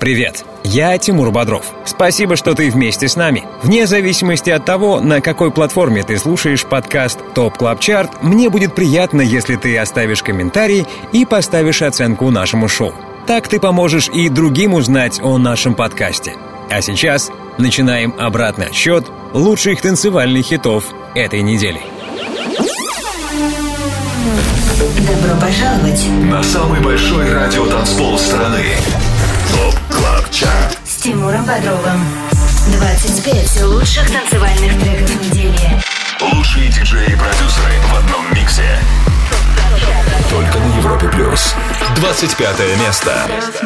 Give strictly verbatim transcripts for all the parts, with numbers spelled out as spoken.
Привет, я Тимур Бодров. Спасибо, что ты вместе с нами. Вне зависимости от того, на какой платформе ты слушаешь подкаст Top Club Chart, мне будет приятно, если ты оставишь комментарий и поставишь оценку нашему шоу. Так ты поможешь и другим узнать о нашем подкасте. А сейчас начинаем обратный отсчет лучших танцевальных хитов этой недели. Добро пожаловать на самый большой радиотанцпол страны. Top Club Chart с Тимуром Бодровым. двадцать пять лучших танцевальных треков недели. Лучшие диджеи и продюсеры в одном миксе. Только на Европе Плюс. двадцать пятое место.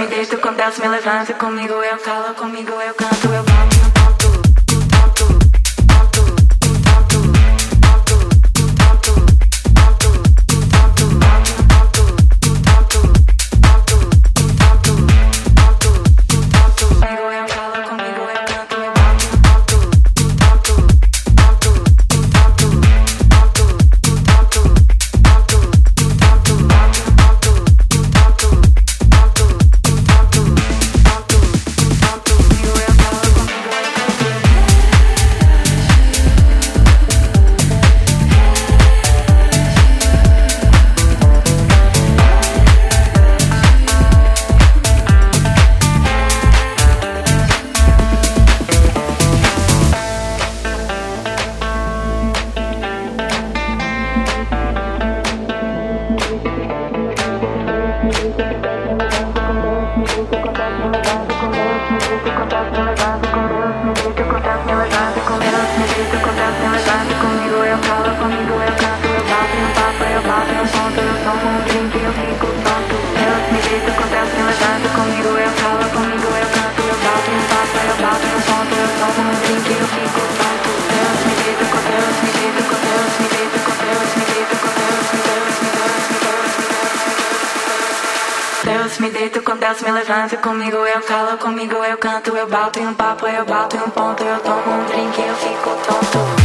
Me deito com Deus, me levanta comigo, eu calo comigo, eu canto, eu bato em um papo, eu bato em um ponto, eu tomo um drink, eu fico tonto.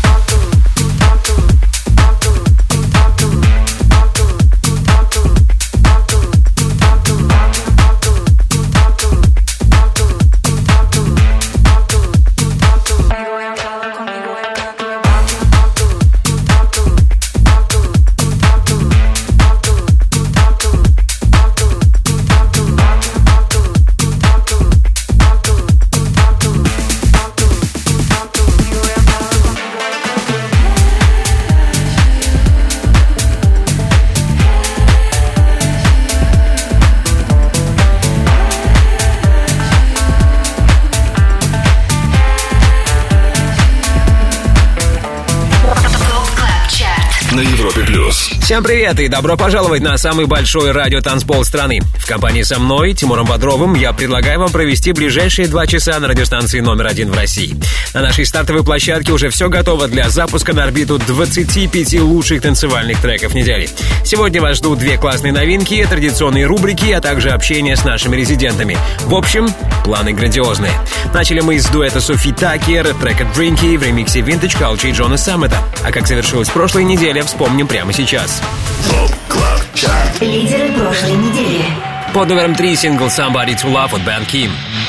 Всем привет и добро пожаловать на самый большой радиотанцпол страны. В компании со мной, Тимуром Бодровым, я предлагаю вам провести ближайшие два часа на радиостанции номер один в России. На нашей стартовой площадке уже все готово для запуска на орбиту двадцати пяти лучших танцевальных треков недели. Сегодня вас ждут две классные новинки, традиционные рубрики, а также общение с нашими резидентами. В общем, планы грандиозные. Начали мы с дуэта Софи Такер, трека «Drinky» в ремиксе Vintage Culture и Джона Саммета. А как завершилась прошлой неделя, вспомним прямо сейчас. Top Club Chart. Лидеры прошлой недели. Под номером три сингл «Somebody to Love» от Бен Ким.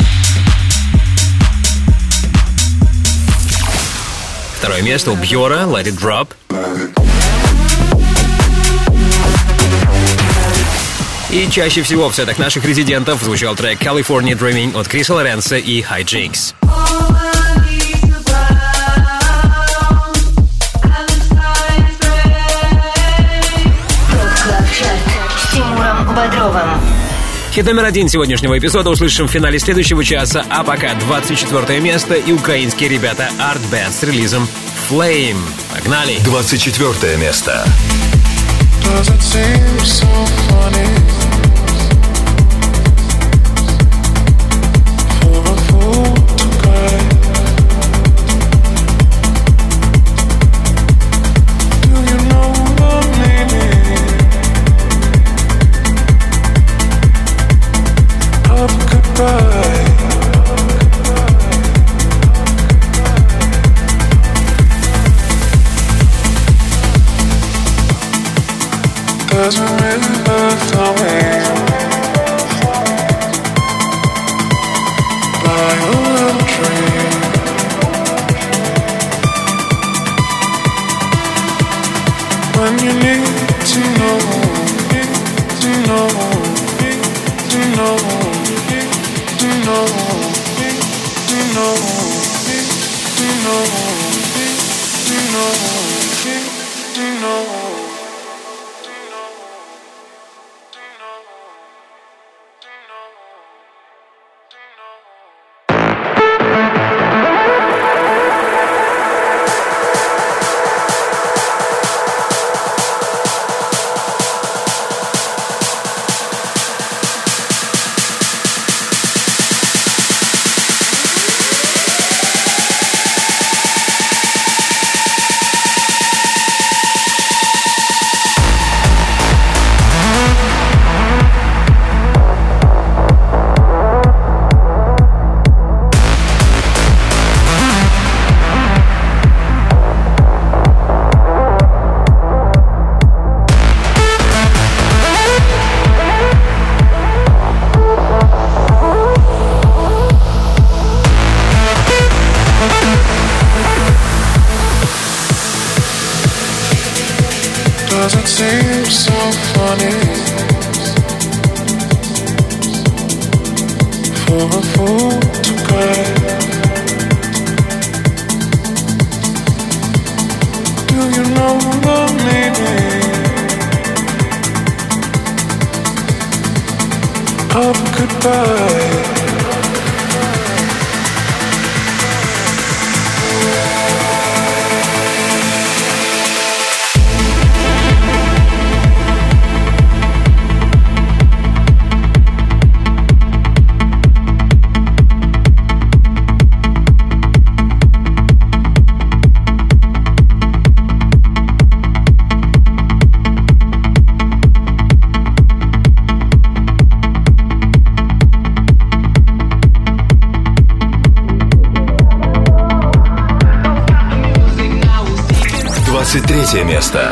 Второе место у Бьора «Let It Drop». И чаще всего в сетах наших резидентов звучал трек «California Dreaming» от Криса Лоренса и Hijinks. Бодровым. Хит номер один сегодняшнего эпизода услышим в финале следующего часа, а пока двадцать четвёртое место и украинские ребята Art Band с релизом Flame. Погнали! двадцать четвёртое место. There's a river flowing Третье место.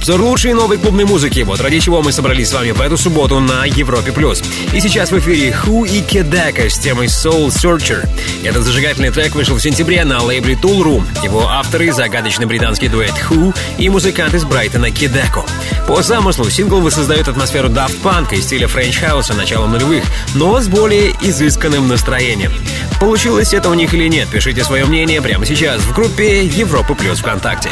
Обзор лучшей новой клубной музыки. Вот ради чего мы собрались с вами в эту субботу на Европе+. И сейчас в эфире Who и Quedeco с темой Soul Searcher. Этот зажигательный трек вышел в сентябре на лейбле Tool Room. Его авторы — загадочный британский дуэт Who и музыкант из Брайтона Quedeco. По замыслу сингл воссоздает атмосферу Daft Punk и стиля French House начала нулевых, но с более изысканным настроением. Получилось это у них или нет? Пишите свое мнение прямо сейчас в группе Европа Плюс ВКонтакте.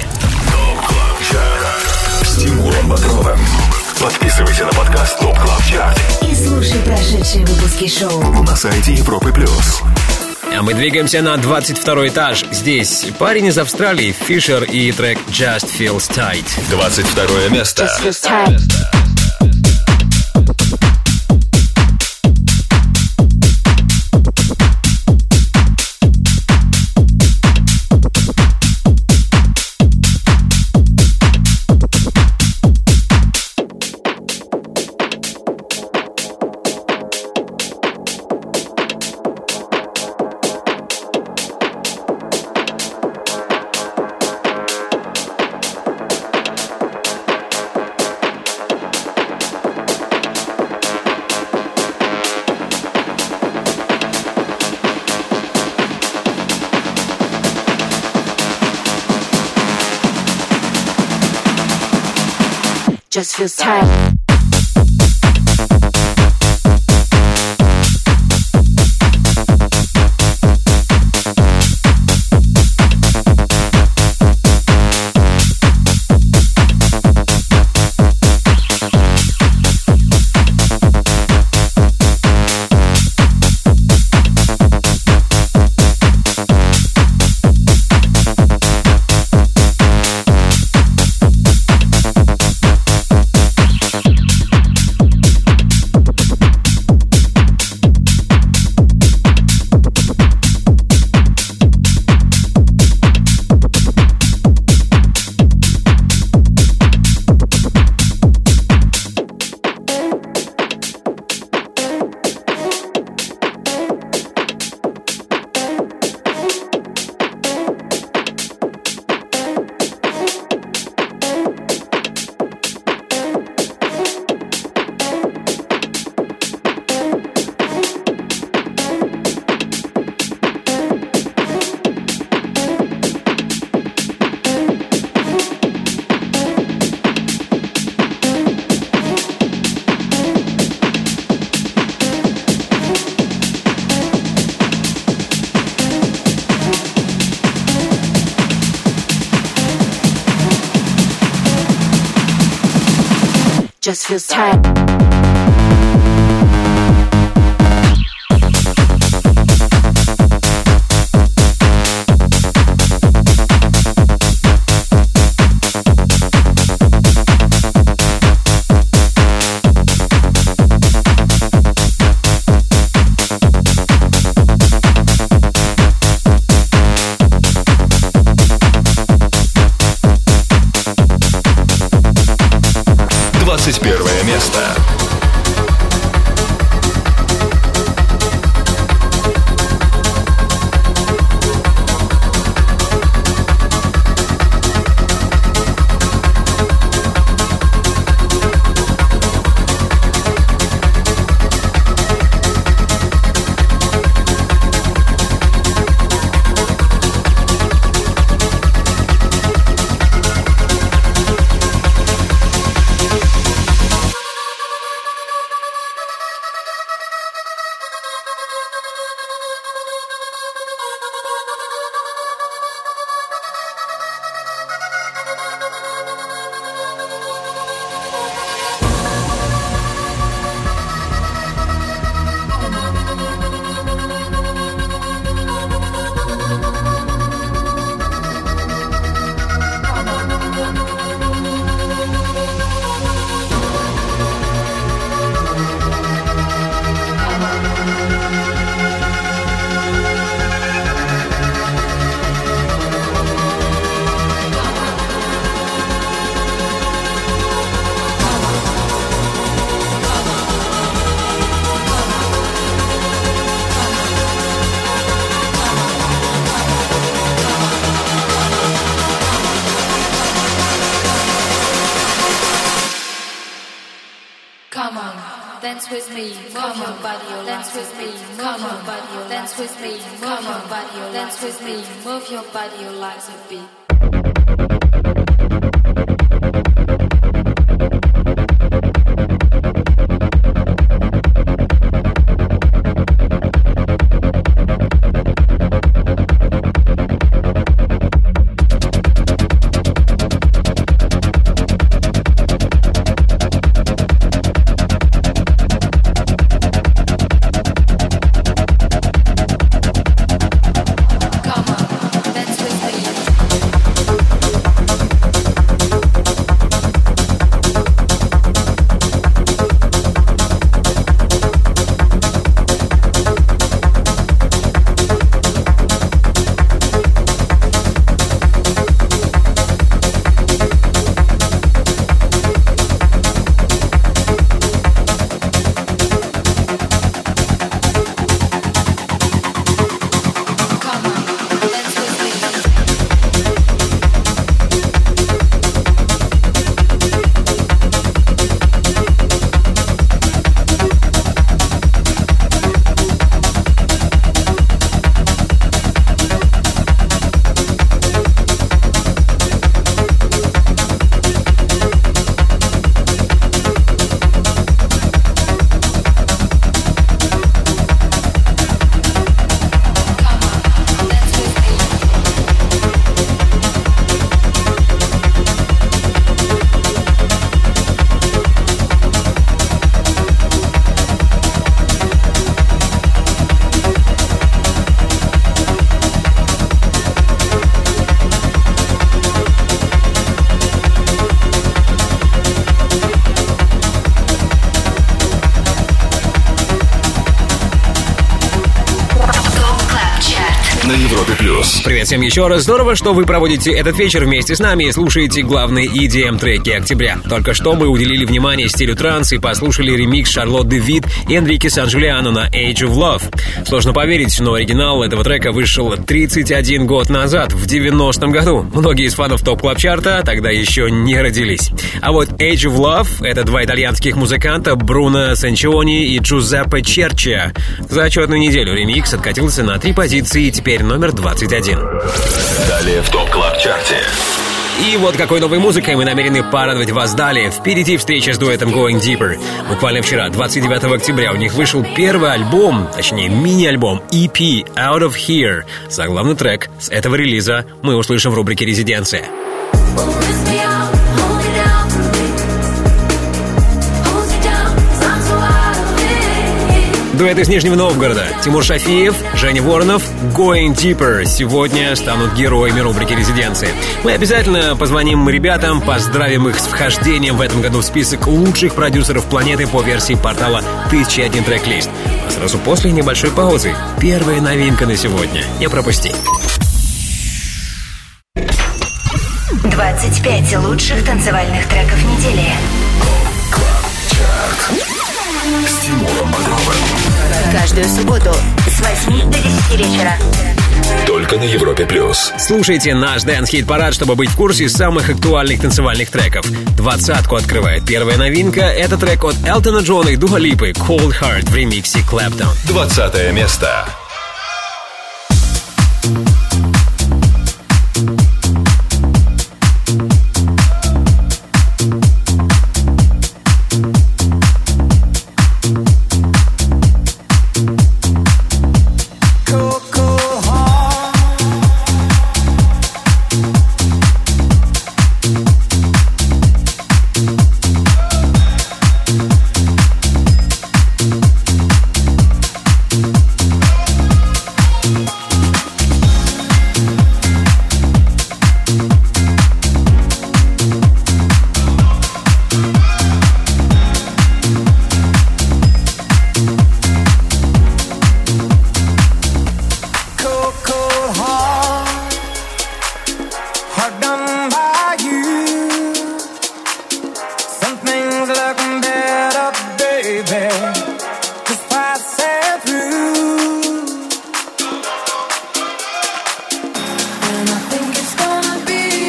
С Тимуром Бодровым. Подписывайся на подкаст Топ Клаб Чарт и слушай прошедшие выпуски шоу на сайте Европы Плюс. А мы двигаемся на двадцать второй этаж. Здесь парень из Австралии, Фишер, и трек Just Feels Tight. двадцать второе место. Just feels tight. Just feels tight. Just feels tight. двадцать первое место. come on, dance with me, move your body, dance with me, move your body, dance with me, move your body, dance with me, move your body, like the beat. Привет всем еще раз. Здорово, что вы проводите этот вечер вместе с нами и слушаете главные и ди эм-треки октября. Только что мы уделили внимание стилю транс и послушали ремикс Шарлотт де Вит и Энрике Сан-Джулиано на Age of Love. Сложно поверить, но оригинал этого трека вышел тридцать один год назад, в девяностом году. Многие из фанов топ-клаб-чарта тогда еще не родились. А вот Age of Love — это два итальянских музыканта Бруно Санчиони и Джузеппе Черча. За отчетную неделю ремикс откатился на три позиции и теперь номер двадцать один. Далее в топ-клаб-чарте. И вот какой новой музыкой мы намерены порадовать вас далее. Впереди встреча с дуэтом Going Deeper. Буквально вчера, двадцать девятого октября, у них вышел первый альбом, точнее мини-альбом и пи Out of Here. Заглавный трек с этого релиза мы услышим в рубрике «Резиденция». Дуэт из Нижнего Новгорода. Тимур Шафиев, Женя Воронов, Going Deeper сегодня станут героями рубрики «Резиденции». Мы обязательно позвоним ребятам, поздравим их с вхождением в этом году в список лучших продюсеров планеты по версии портала тысяча один трек-лист. А сразу после небольшой паузы первая новинка на сегодня. Не пропусти. двадцать пять лучших танцевальных треков недели. С Тимуром Бодровым. Каждую субботу с восьми до десяти вечера. Только на Европе плюс. Слушайте наш Dance Hit Парад, чтобы быть в курсе самых актуальных танцевальных треков. Двадцатку открывает первая новинка. Это трек от Элтона Джона и Дуа Липы Cold Heart в ремиксе Clapton. Двадцатое место.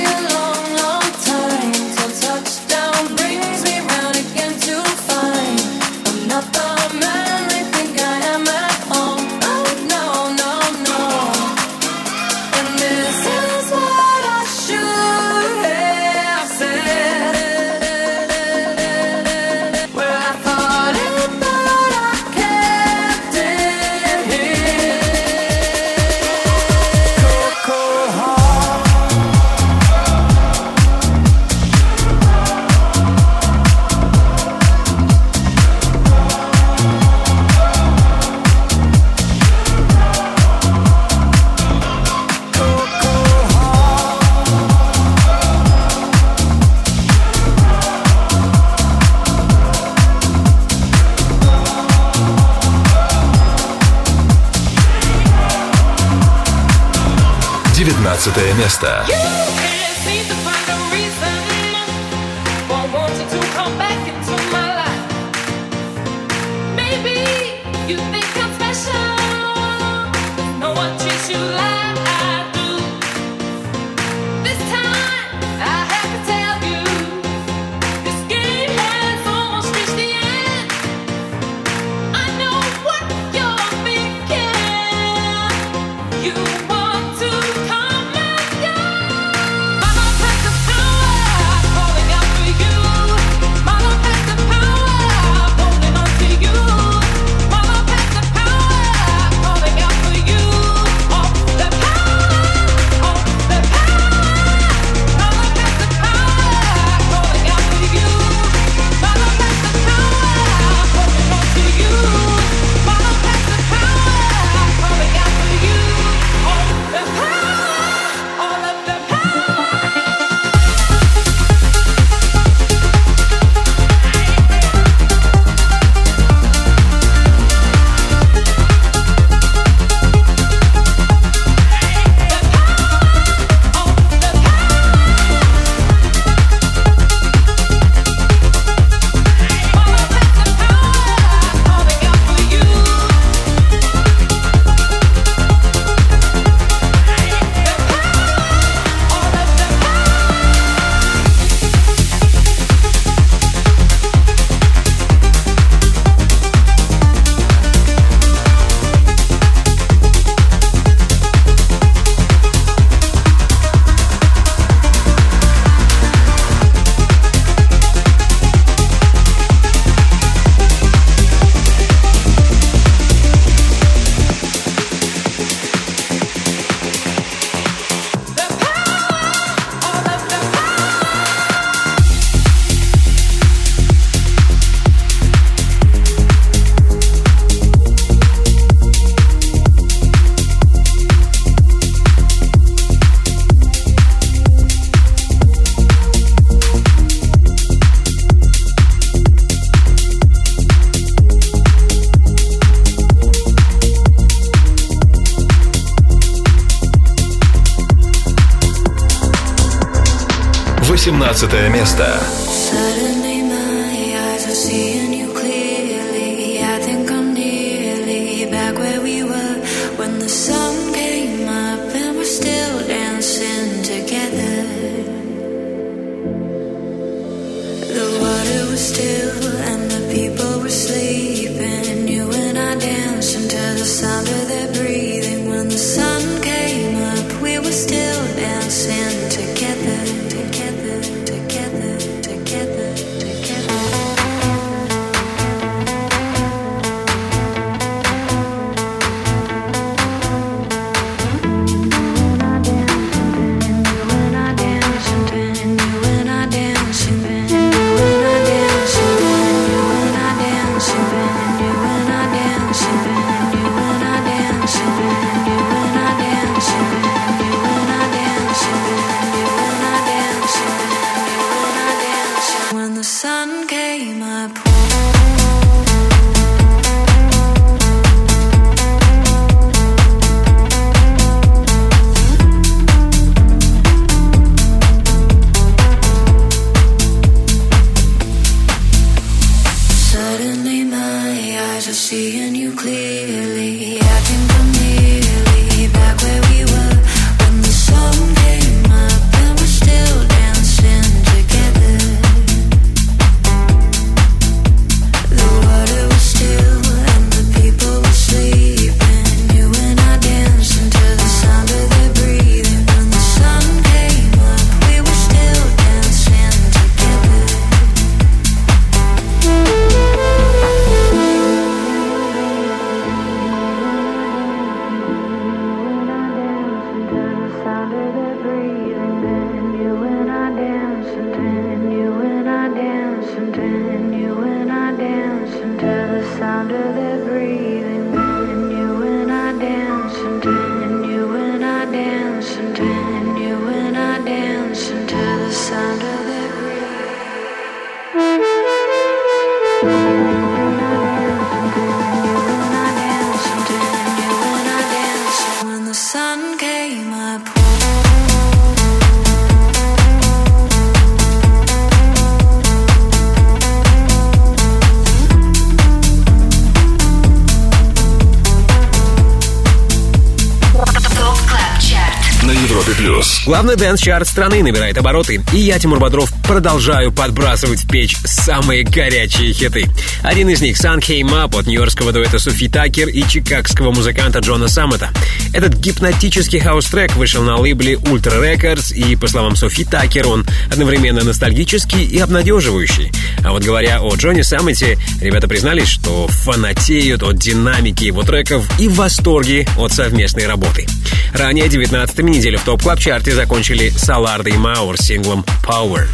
Fine. восемнадцатое место. восемнадцатое место. Sun came up. плюс. Главный дэнс-чарт страны набирает обороты, и я, Тимур Бодров, продолжаю подбрасывать в печь самые горячие хиты. Один из них — Sun Came Up от нью-йоркского дуэта Софи Такер и чикагского музыканта Джона Саммета. Этот гипнотический хаус-трек вышел на лейбле Ultra Records, и, по словам Софи Такер, он одновременно ностальгический и обнадеживающий. А вот говоря о Джоне Саммете, ребята признались, что фанатеют от динамики его треков и в восторге от совместной работы. Ранее девятнадцатыми неделю в топ-клаб-чарте закончили Солардо и Маур с синглом Power.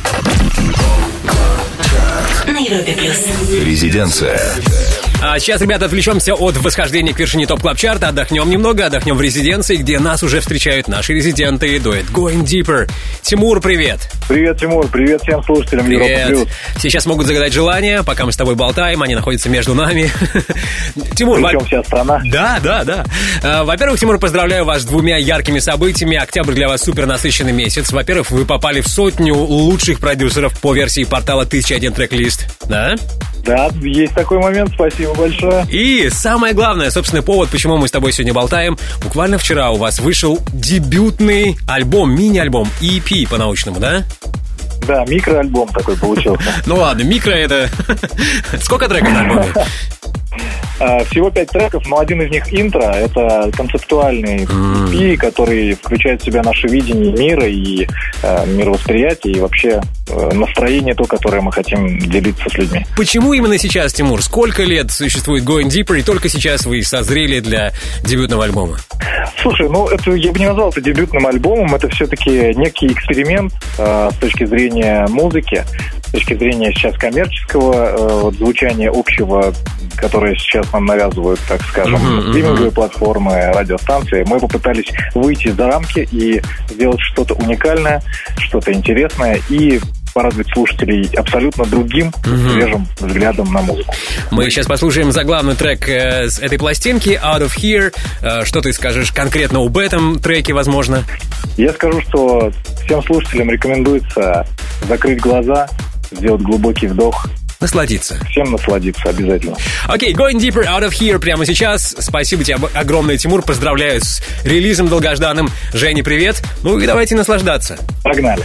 На Европе Плюс. Резиденция. А сейчас, ребята, отвлечемся от восхождения к вершине топ-клаб-чарта, отдохнем немного, отдохнем в резиденции, где нас уже встречают наши резиденты, дуэт Going Deeper. Тимур, привет! Привет, Тимур, привет всем слушателям Европы Плюс. Все сейчас могут загадать желание, пока мы с тобой болтаем, они находятся между нами. Тимур, Причем во... вся страна. Да, да, да. А, во-первых, Тимур, поздравляю вас с двумя яркими событиями. Октябрь для вас супер насыщенный месяц. Во-первых, вы попали в сотню лучших продюсеров по версии портала тысяча один трек-лист. Да? Да, есть такой момент, спасибо большое. И самое главное, собственно, повод, почему мы с тобой сегодня болтаем. Буквально вчера у вас вышел дебютный альбом, мини-альбом, и пи по-научному, да? Да, микроальбом такой получился. Ну ладно, микро это... Сколько треков на альбоме? Всего пять треков, но один из них интро. Это концептуальный и пи, который включает в себя наше видение мира и э, мировосприятие, и вообще э, настроение то, которое мы хотим делиться с людьми. Почему именно сейчас, Тимур? Сколько лет существует Going Deeper, и только сейчас вы созрели для дебютного альбома? Слушай, ну это я бы не назвал это дебютным альбомом. Это все-таки некий эксперимент э, с точки зрения музыки, с точки зрения сейчас коммерческого э, вот, звучания общего, которое сейчас нам навязывают, так скажем, uh-huh, стриминговые uh-huh. платформы, радиостанции. Мы попытались выйти за рамки и сделать что-то уникальное, что-то интересное и порадовать слушателей абсолютно другим, uh-huh. свежим взглядом на музыку. Мы сейчас послушаем заглавный трек э, с этой пластинки «Out of Here». Э, что ты скажешь конкретно об этом треке, возможно? Я скажу, что всем слушателям рекомендуется закрыть глаза, сделать глубокий вдох, насладиться. Всем насладиться обязательно. Окей, okay, Going Deeper, Out of Here прямо сейчас. Спасибо тебе огромное, Тимур. Поздравляю с релизом долгожданным. Женя, привет. Ну и давайте наслаждаться. Погнали.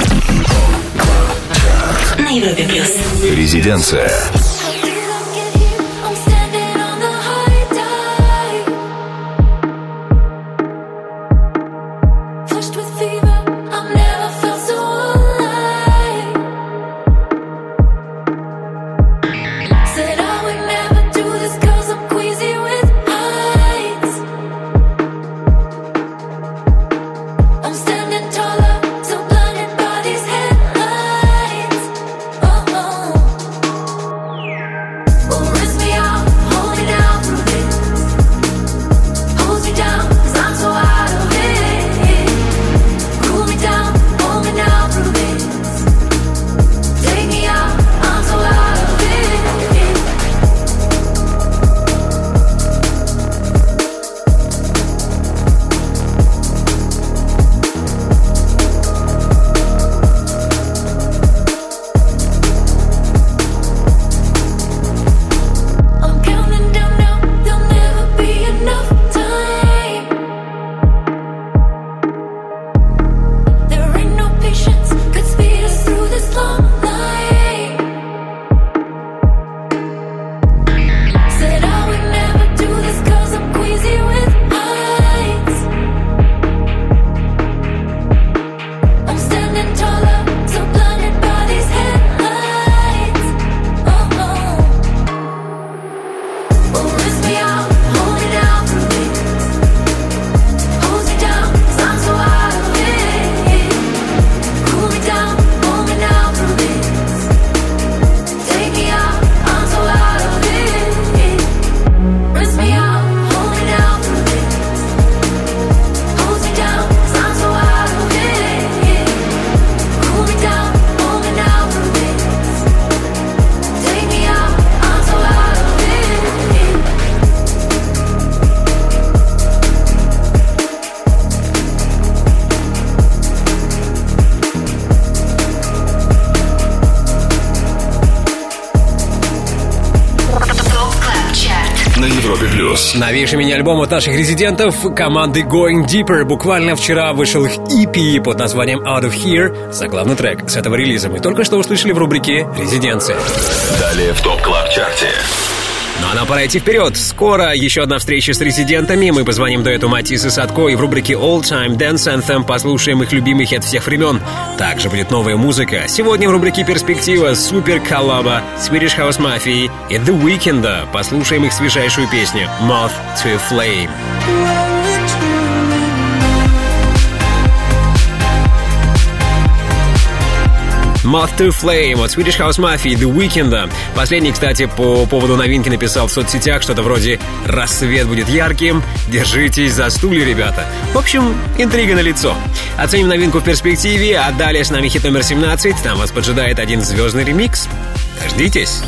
На Европе Плюс. Резиденция. на Европе плюс. Новейший мини-альбом от наших резидентов команды Going Deeper. Буквально вчера вышел их и пи под названием Out of Here. Заглавный трек с этого релиза мы только что услышали в рубрике «Резиденция». Далее в ТОП Клаб Чарте. Ну а нам пора идти вперед. Скоро еще одна встреча с резидентами. Мы позвоним дуэту Матис и Садко, и в рубрике All Time Dance Anthem послушаем их любимых хит всех времен. Также будет новая музыка. Сегодня в рубрике «Перспектива» супер коллаба Swedish House Mafia и The Weeknd. Послушаем их свежайшую песню Moth to Flame. Moth to Flame от Swedish House Mafia и The Weeknd. Последний, кстати, по поводу новинки написал в соцсетях что-то вроде «Рассвет будет ярким, держитесь за стулья, ребята». В общем, интрига налицо. Оценим новинку в перспективе, а далее с нами хит номер семнадцать. Там вас поджидает один звездный ремикс. Дождитесь.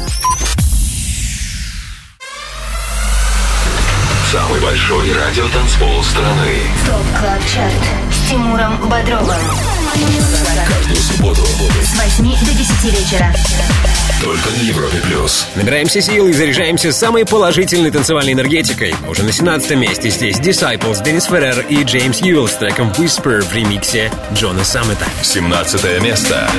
Самый большой радиотанцпол страны. ТОП Клаб Чарт с Тимуром Бодровым. Каждую субботу С восьми до десяти вечера. только на Европе плюс. Набираемся сил и заряжаемся самой положительной танцевальной энергетикой. Уже на семнадцатом месте здесь Disciples, Денис Феррер и Джеймс Юэлл с треком Whisper в ремиксе Джона Саммета. семнадцатое место.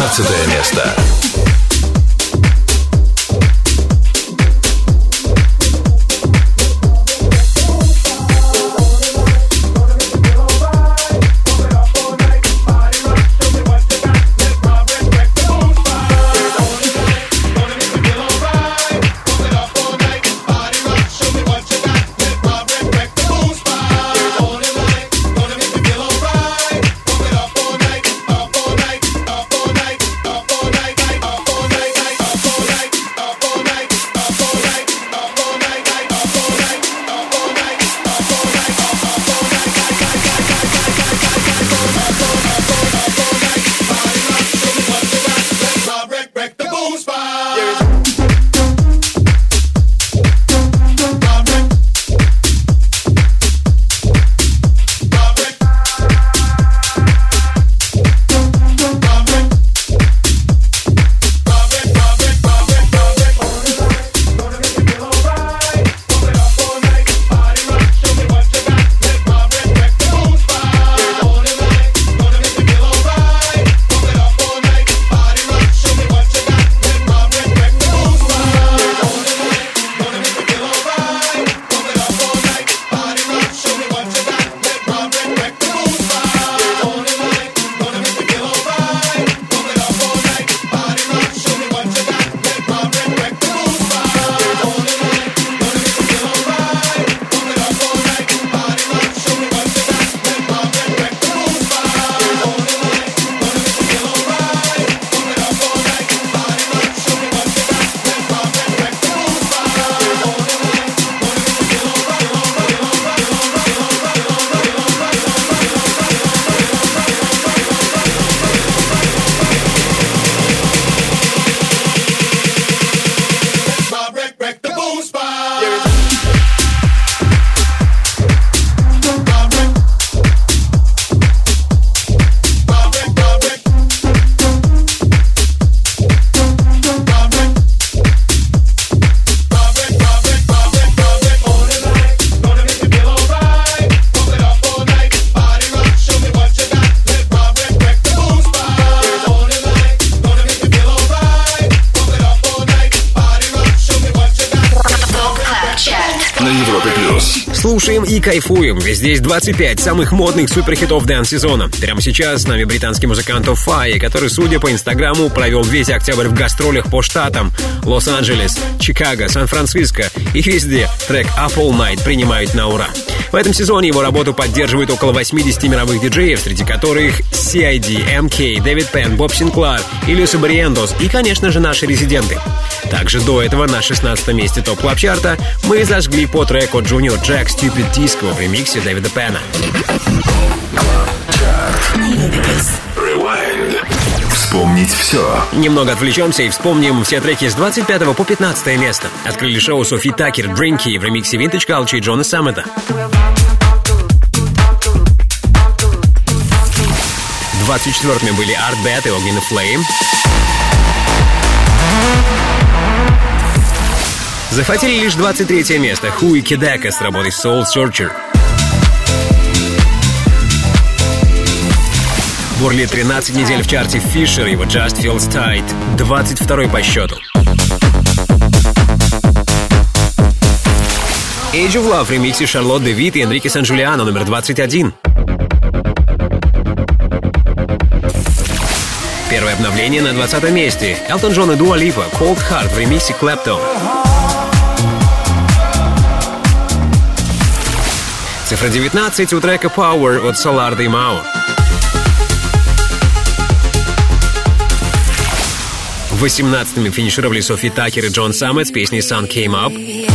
девятнадцатое место. Слушаем и кайфуем, ведь здесь двадцать пять самых модных суперхитов дэнс-сезона. Прямо сейчас с нами британский музыкант Оффайя, который, судя по инстаграму, провел весь октябрь в гастролях по штатам. Лос-Анджелес, Чикаго, Сан-Франциско и везде трек Up All Night принимают на ура. В этом сезоне его работу поддерживают около восемьдесят мировых диджеев, среди которых си ай ди, эм кей, Дэвид Пен, Боб Синклар, Ильюс Барриендос и, конечно же, наши резиденты. Также до этого на шестнадцатом месте топ-клаб-чарта мы зажгли по треку Junior Jack Stupid Disco в ремиксе Дэвида Пена. Вспомнить все. Немного отвлечемся и вспомним все треки с двадцать пятого по пятнадцатое место. Открыли шоу Софи Такер «Drinky» в ремиксе Vintage Culture и Джона Саммета. двадцать четвёртыми были Art Bad и Огненный Flame. Захватили лишь двадцать третье место Хуи Кедака с работой Soul Searcher. Бурли тринадцать недель в чарте Fisher, его Just Feels Tight, двадцать второй по счету. Age of Love в ремиксе Шарлотт Дэвид и Энрике Сан-Джулиано, номер двадцать один. Первое обновление на двадцатом месте. Элтон Джон и Дуа Липа, Cold Heart в ремиксе Clapton. Цифра девятнадцать у трека Power от Solar и Mao. восемнадцатыми финишировали Софи Такер и Джон Саммет с песней Sun Came Up.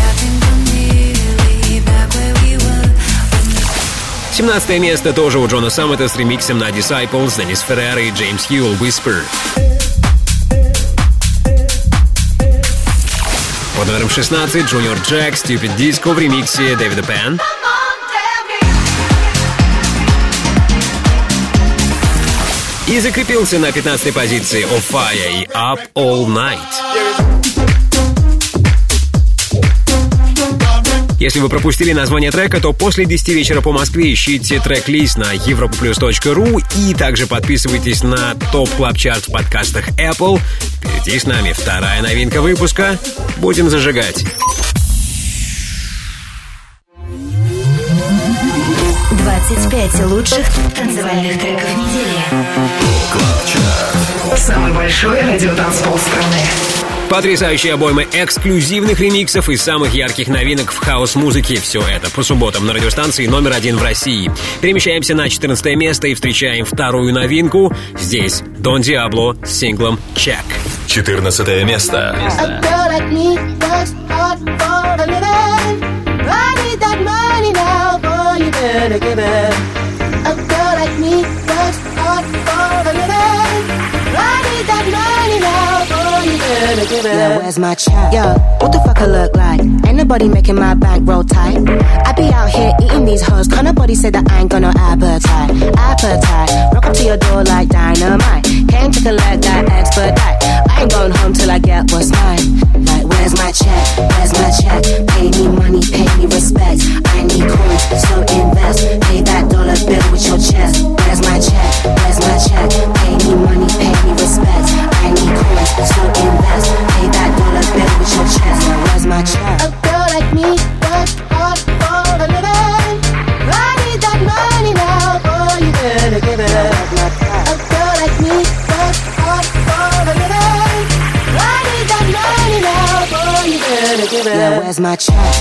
семнадцатое место тоже у Джона Саммета с ремиксом на Disciples, Деннис Феррера и Джеймс Хьюл Whisper. Под номером шестнадцать Junior Jack Stupid Disco в ремиксе Дэвида Пен. И закрепился на пятнадцатой позиции Оффайя и Up All Night. Если вы пропустили название трека, то после десяти вечера по Москве ищите трек-лист на европа плюс точка ру и также подписывайтесь на топ клаб чарт в подкастах Apple. Впереди с нами вторая новинка выпуска. Будем зажигать. двадцать пять лучших танцевальных треков недели. Самый большой радиотанцпол страны. Потрясающие обоймы эксклюзивных ремиксов и самых ярких новинок в хаос-музыке. Все это по субботам на радиостанции номер один в России. Перемещаемся на четырнадцатое место и встречаем вторую новинку. Здесь Дон Диабло с синглом «Check». четырнадцатое место. Yeah, where's my check? Yo, what the fuck I look like? Ain't nobody making my bank roll tight. I be out here eating these hoes. Can't nobody say that I ain't got no appetite. Appetite, rock up to your door like dynamite. Came to collect that expedite. I ain't going home till I get what's mine. Like, where's my check? Where's my check? Pay me money, pay me respect. I need coins, so invest. Pay that dollar bill with your chest. Where's my check? Where's my check? Pay me money, pay me respect. I need coins, so invest. Pay that dollar bill with your chest. Now where's my check? A girl like me works hard for a living. I need that money now, boy, you better give it up. A girl like me works hard for a living. I need that money now, boy, you better give it up. Yeah, where's my check?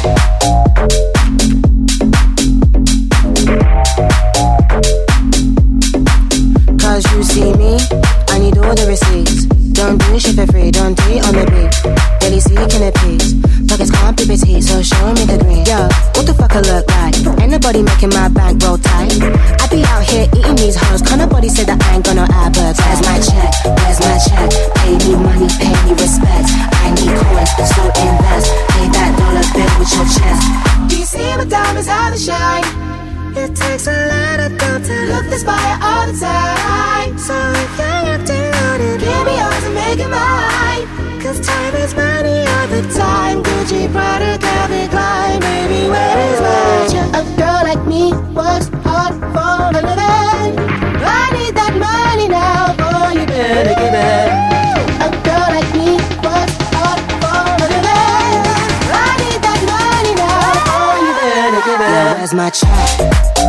Cause you see me, I need all the receipts. Don't do shit for free, don't do it on the beat. Daily seeking a piece, pockets can't be petite, so show me the green. Yo, what the fuck I look like? Ain't nobody making my bank roll tight. I be out here eating these hoes, can't nobody say that I ain't got no appetite. Where's my check? Where's my check? Pay me money, pay me respect. I need coins, so invest. Pay that dollar bill with your chest. Do you see my diamonds, how they shine? It takes a lot of dough to look this fire all the time. So if you're acting on it, give me yours and make it mine. Cause time is money all the time. Gucci, Prada, Calvin Klein. Baby, where is my check? A girl like me works hard for a living. I need that money now, boy, you better give it. A girl like me works hard for a living. I need that money now, boy, you better give it. Yeah, where's my check?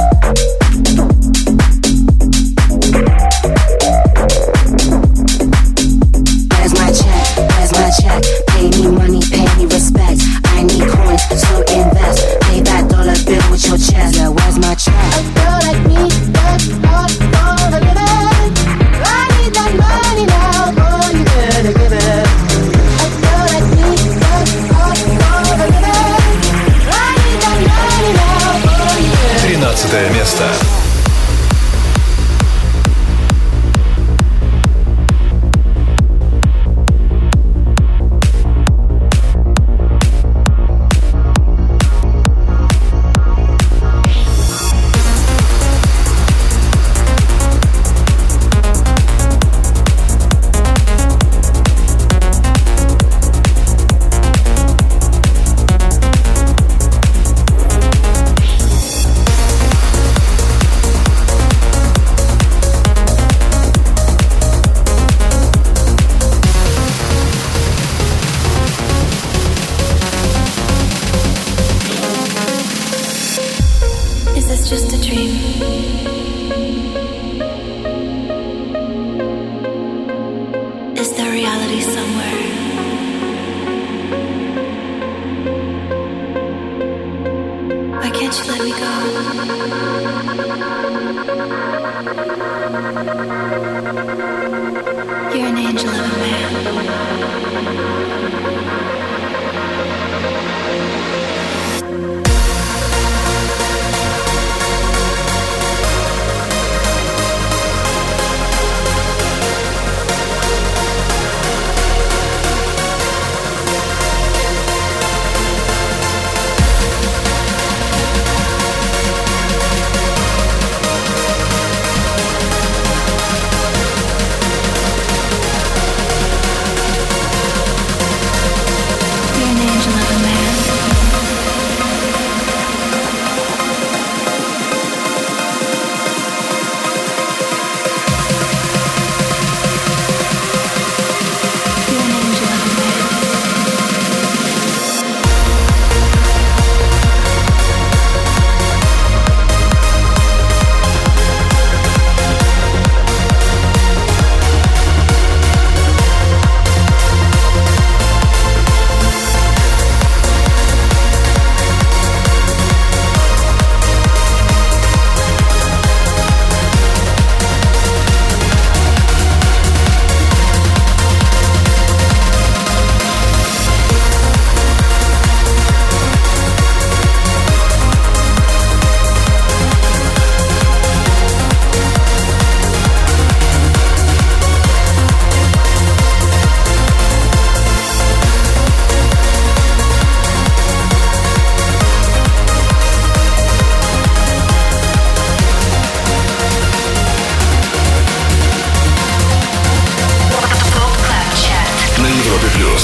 Check. Pay me money, pay me respect. I need coins, so invest. Pay that dollar bill with your chest. Yeah, where's my check? A girl like me works hard for a living. I need that money now, boy, you better give it. A girl like me works hard for a living. I need that money now, boy, you better. тринадцатое место.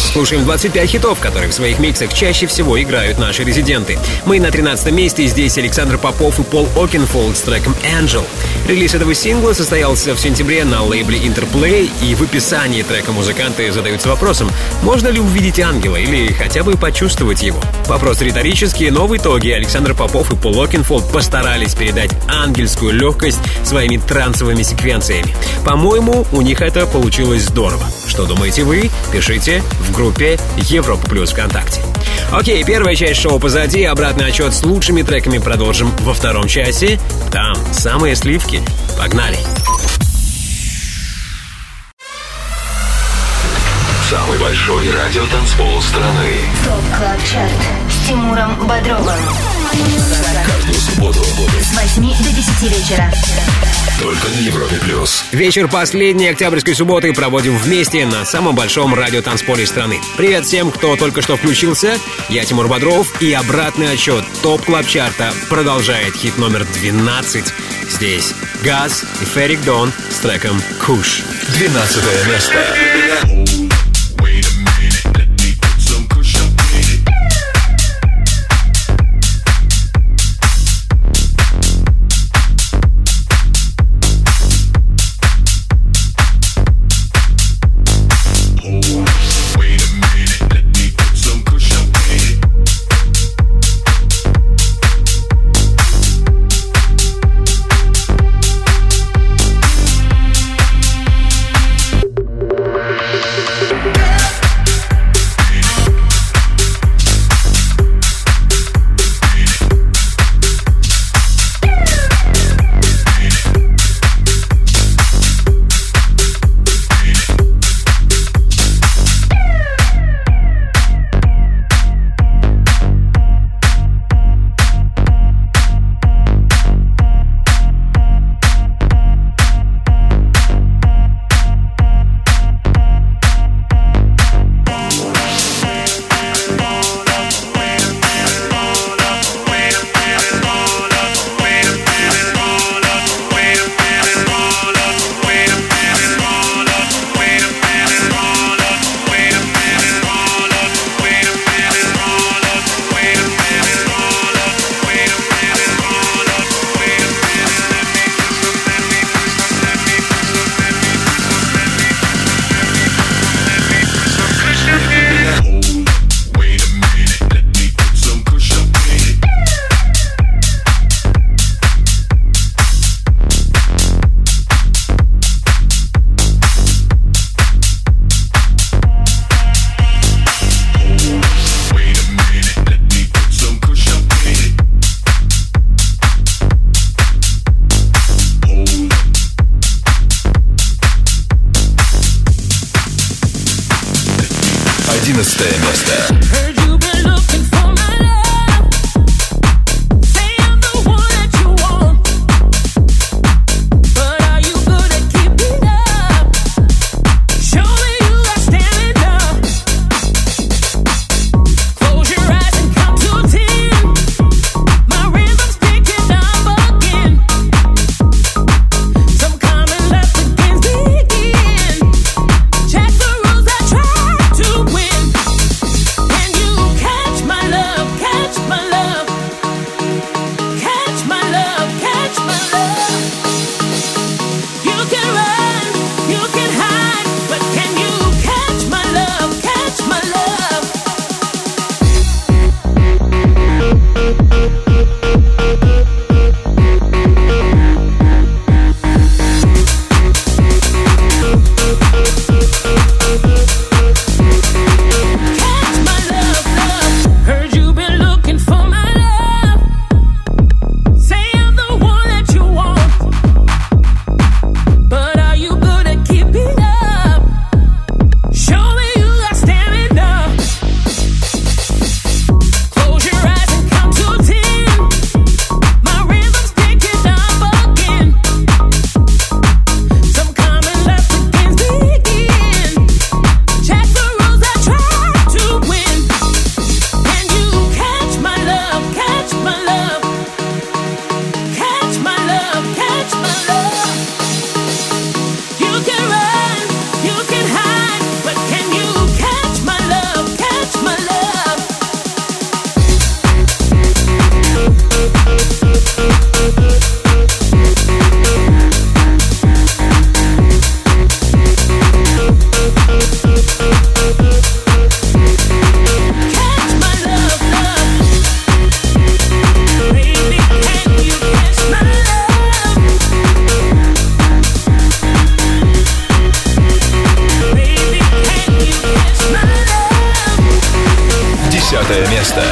Слушаем двадцать пять хитов, которые в своих миксах чаще всего играют наши резиденты. Мы на тринадцатом месте, и здесь Александр Попов и Пол Окенфолд с треком «Angel». Релиз этого сингла состоялся в сентябре на лейбле Interplay, и в описании трека музыканты задаются вопросом, можно ли увидеть ангела или хотя бы почувствовать его. Вопрос риторический, но в итоге Александр Попов и Пол Окенфолд постарались передать ангельскую легкость своими трансовыми секвенциями. По-моему, у них это получилось здорово. Что думаете вы? Пишите в группе Европа Плюс ВКонтакте. Окей, первая часть шоу позади, обратный отчет с лучшими треками продолжим во втором часе. Там самые сливки. Погнали! Самый большой радиотанцпол страны. ТОП Клаб Чарт с Тимуром Бодровым. Каждую субботу с восьми до десяти вечера. Только на Европе Плюс. Вечер последней октябрьской субботы проводим вместе на самом большом радиотанцполе страны. Привет всем, кто только что включился. Я Тимур Бодров, и обратный отчет ТОП Клаб Чарта продолжает хит номер двенадцать. Здесь Газ и Ферик Дон с треком «Куш». двенадцатое место. одиннадцатое место. And you чарта.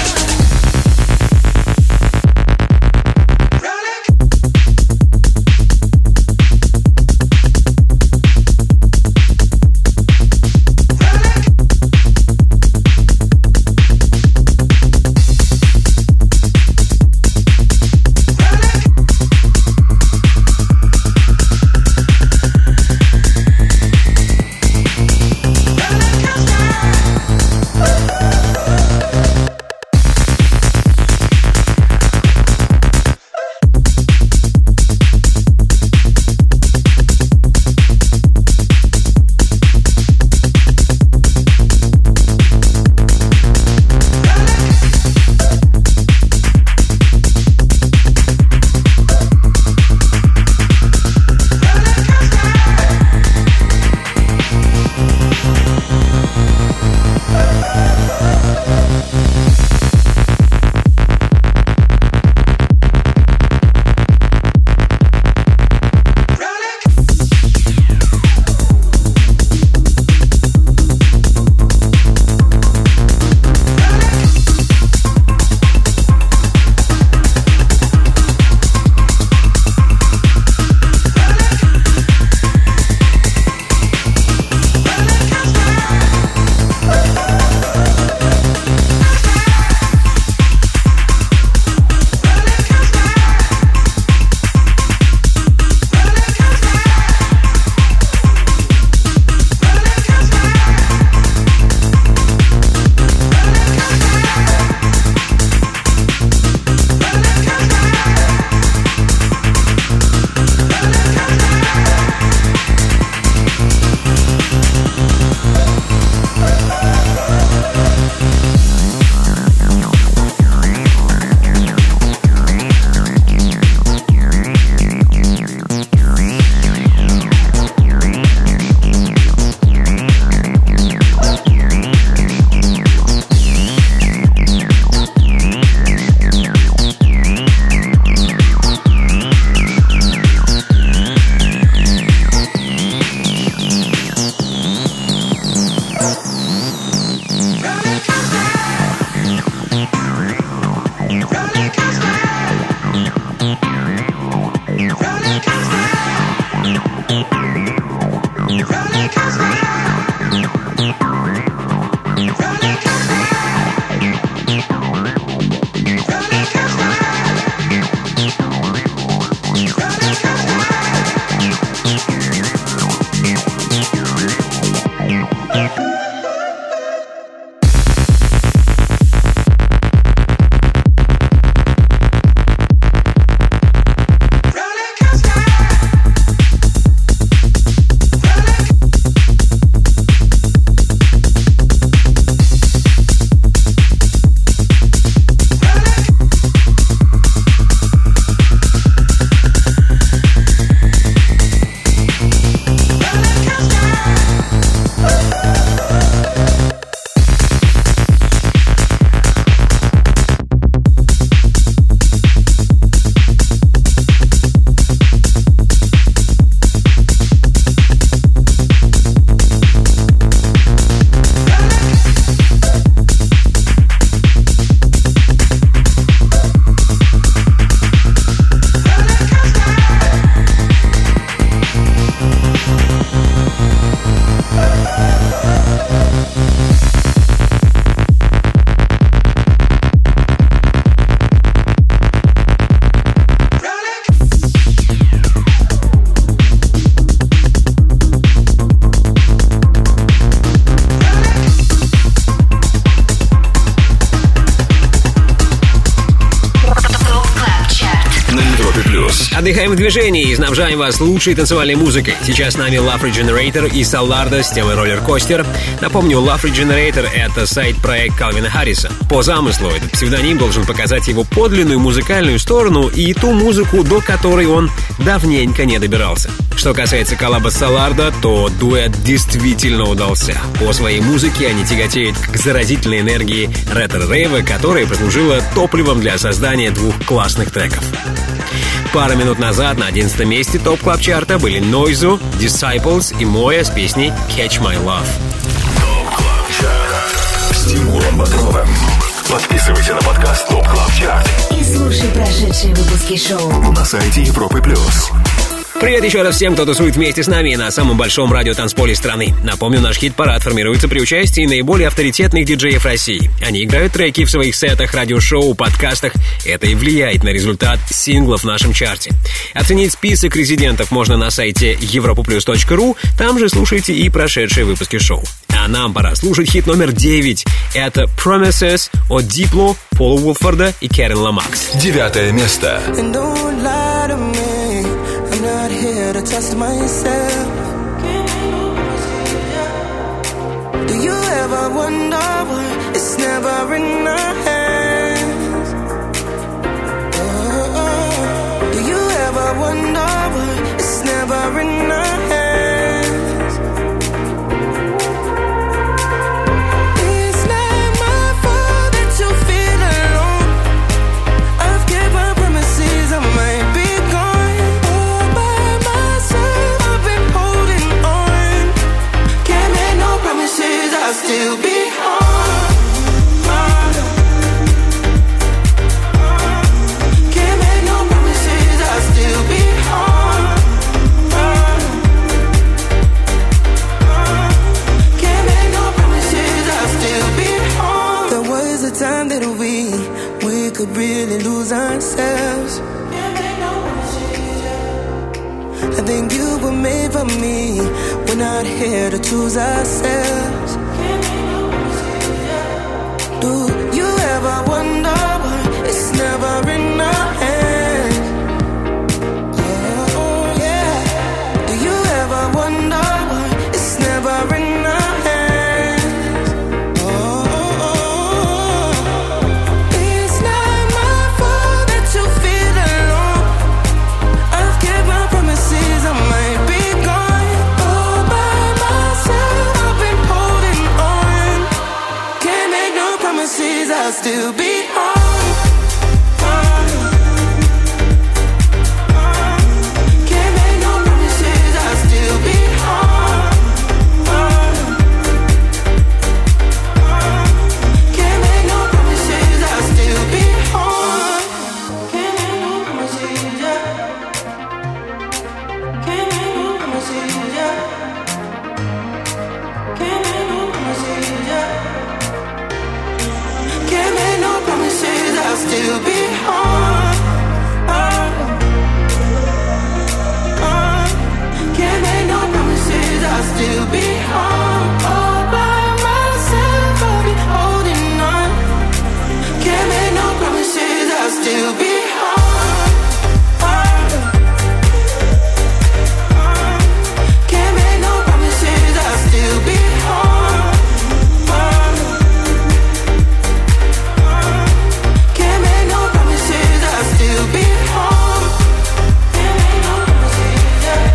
Отдыхаем в движении и снабжаем вас лучшей танцевальной музыкой. Сейчас с нами Love Regenerator и Solardo с темой Roller Coaster. Напомню, Love Regenerator — это сайт-проект Калвина Харриса. По замыслу, этот псевдоним должен показать его подлинную музыкальную сторону и ту музыку, до которой он давненько не добирался. Что касается коллаба с Solardo, то дуэт действительно удался. По своей музыке они тяготеют к заразительной энергии ретро-рейва, которая послужила топливом для создания двух классных треков. Пару минут назад на одиннадцатом месте топ-клаб-чарта были Noizu, Disciples и Moya с песней Catch My Love. Топ-клаб-чарт с Тимуром Бодровым. Подписывайся на подкаст Top Club Chart и слушай прошедшие выпуски шоу на сайте Европы плюс. Привет еще раз всем, кто тусует вместе с нами на самом большом радиотанцполе страны. Напомню, наш хит-парад формируется при участии наиболее авторитетных диджеев России. Они играют треки в своих сетах, радиошоу, подкастах. Это и влияет на результат синглов в нашем чарте. Оценить список резидентов можно на сайте европа плюс точка ру. Там же слушайте и прошедшие выпуски шоу. А нам пора слушать хит номер девять. Это Promises от Diplo, Пола Уилфорда и Кэрен Ламакс. Девятое место. Not here to test myself. Do you ever wonder why it's never in our hands? Oh, oh. Do you ever wonder why it's never in our hands? It's not my fault that you feel alone. I've kept my promises, I might be I'll still be home. Can't make no promises, I'll still be home. Can't make no promises, I'll still be home. There was a time that we, we could really lose ourselves. I think you were made for me. We're not here to choose ourselves. Do you ever wonder why it's never in our hands? Oh, yeah. Do you ever wonder why it's never in our hands? Oh, it's not my fault that you feel alone. I've kept my promises, I might be gone all by myself. I've been holding on. Can't make no promises, I'll still be home. Can't make no promises, I'll still be home. Can't make no promises, I'll still be home. Can't make no promises, yeah. Can't make no promises, yeah. Can't make no promises, yeah. Can't make no promises, I'll still be home. Can't make no promises, I'll still be home. All by myself, I'll be holding on. Can't make no promises, I'll still be home. Can't make no promises, I'll still be home. Can't make no promises, I'll still be home. Can't make no promises, yeah.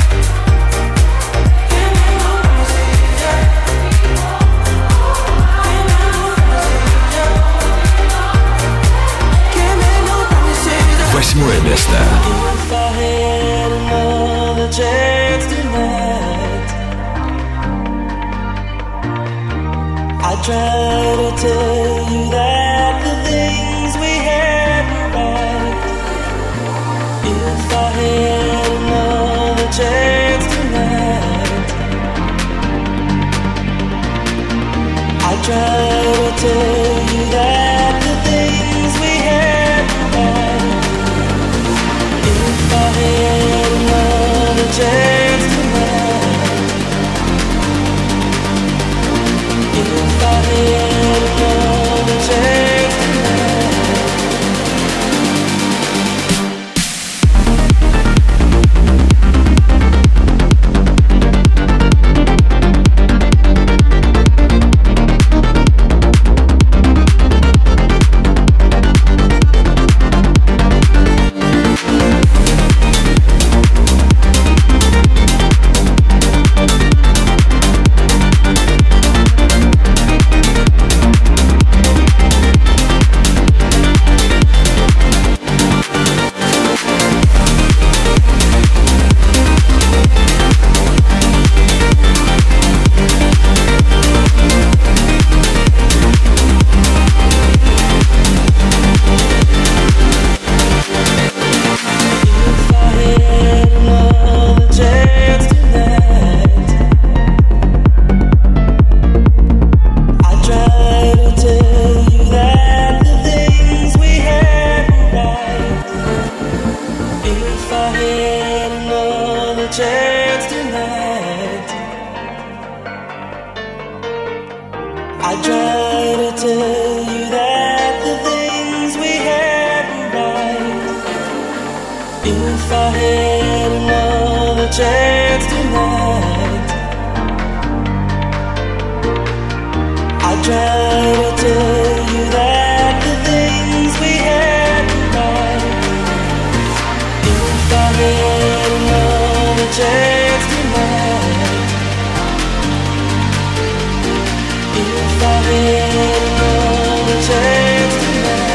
Can't make no promises, yeah. Can't make no promises, yeah. Can't make no promises, yeah. Восьмое место. If I had another chance tonight, I try to tell you that the things we had were right. If I had another chance tonight, I try to tell you that the things we had were right. If I had another chance tonight, if I had chance tonight. I try to tell you that the things we had were right. If I had another chance tonight, I try to tell you that the things we had were right. If I had another chance tonight, if I had another chance tonight.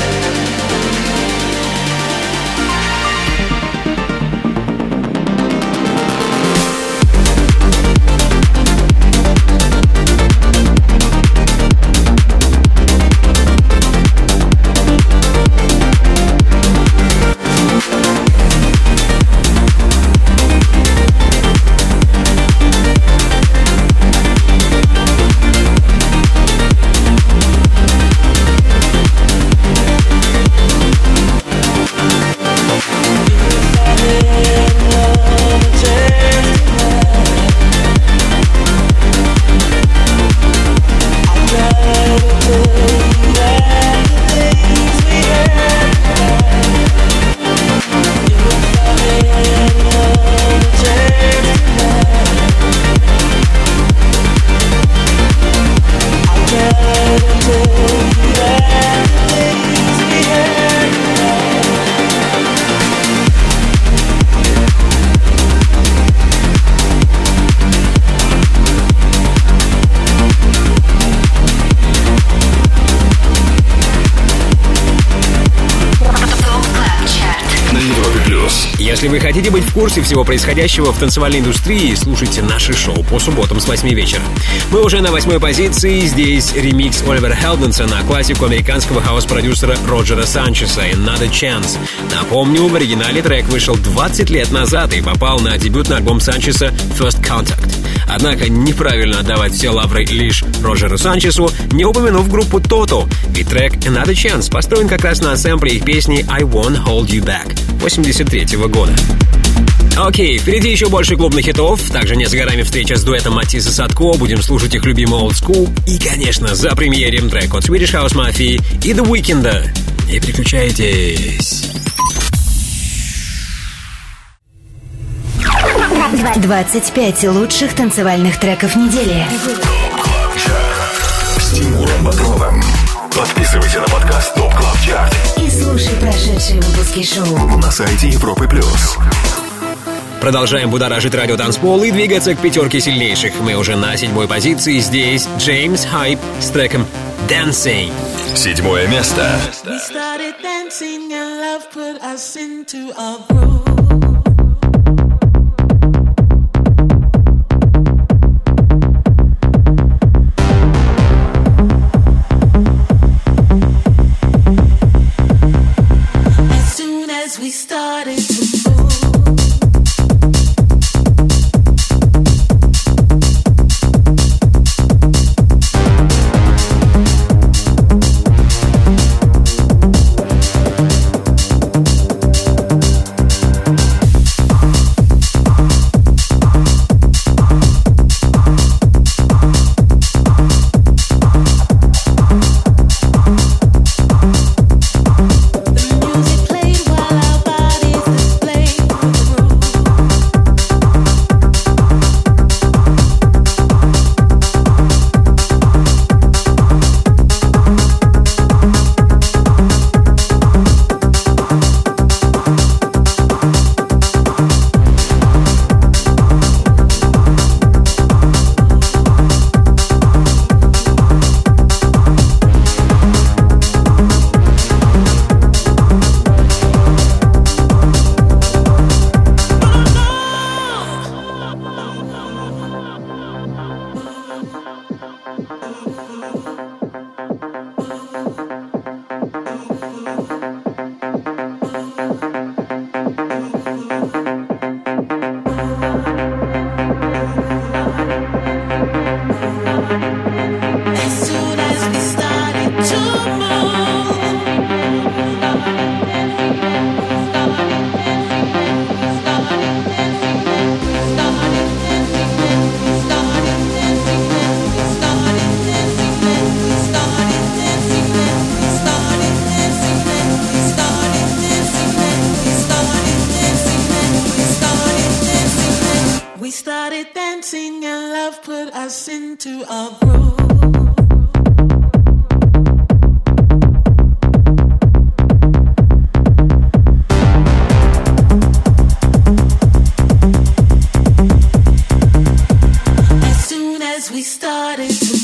Если вы хотите быть в курсе всего происходящего в танцевальной индустрии, слушайте наше шоу по субботам с восьми вечера. Мы уже на восьмой позиции. Здесь ремикс Оливера Хелденса на классику американского хаус-продюсера Роджера Санчеса «Another Chance». Напомню, в оригинале трек вышел двадцать лет назад и попал на дебютный альбом Санчеса «First Contact». Однако неправильно отдавать все лавры лишь Роджеру Санчесу, не упомянув группу Toto, ведь трек «Another Chance» построен как раз на сэмпле их песни «I Won't Hold You Back» восемьдесят третьего года. Окей, впереди еще больше клубных хитов. Также не за горами встреча с дуэтом Матисса Садко. Будем слушать их любимый Old School. И, конечно, запремьерим трек от Swedish House Mafia и The Weeknd. Не переключайтесь. двадцать пять лучших танцевальных треков недели. С Тимуром Бодровым. Подписывайся на подкаст Top Club Chart И слушай прошедшие выпуски шоу на сайте Европы плюс. Продолжаем будоражить радио Танцпол и двигаться к пятерке сильнейших. Мы уже на седьмой позиции. Здесь Джеймс Хайп с треком «Dancing». Седьмое место. We started dancing and love put us into a groove. As soon as we started to move, started dancing and love put us into a groove. As soon as we started to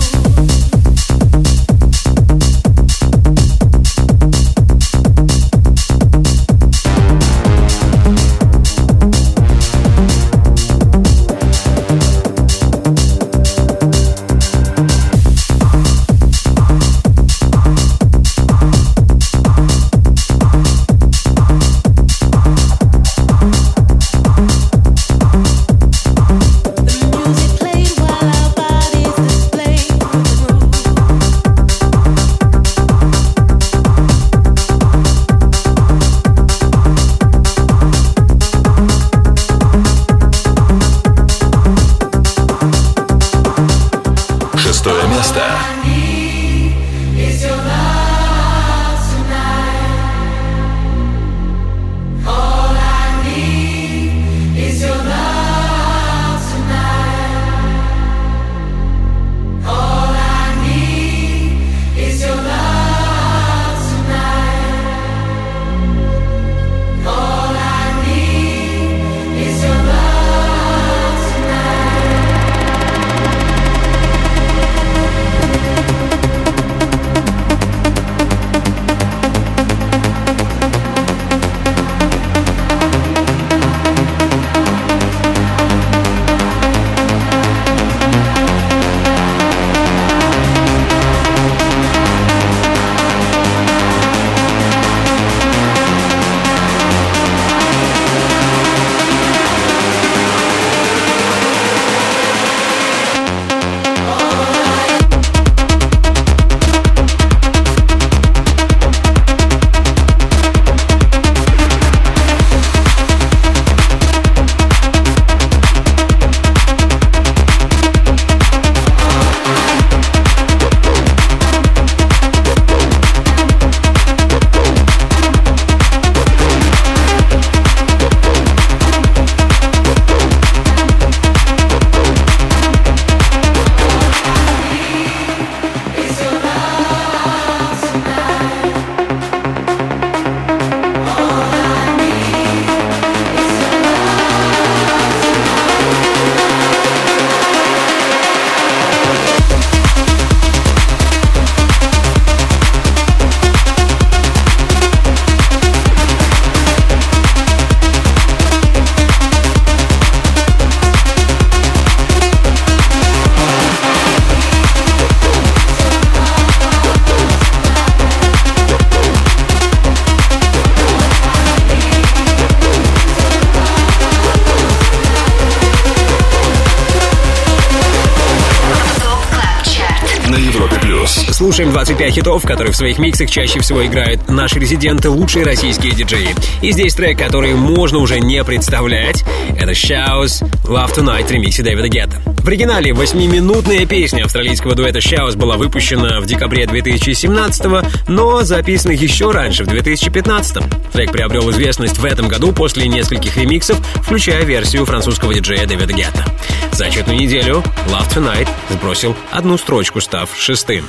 Слушаем двадцать пять хитов, которые в своих миксах чаще всего играют наши резиденты, лучшие российские диджеи. И здесь трек, который можно уже не представлять. Это Shouse Love Tonight в ремиксе Дэвида Гетта. В оригинале восьмиминутная песня австралийского дуэта Shouse была выпущена в декабре две тысячи семнадцатого, но записана еще раньше, в две тысячи пятнадцатом. Трек приобрел известность в этом году после нескольких ремиксов, включая версию французского диджея Дэвида Гетта. За отчетную неделю Love Tonight сбросил одну строчку, став шестым.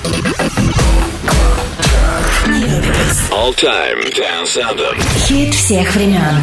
All Time Dance Anthem. Хит всех времен.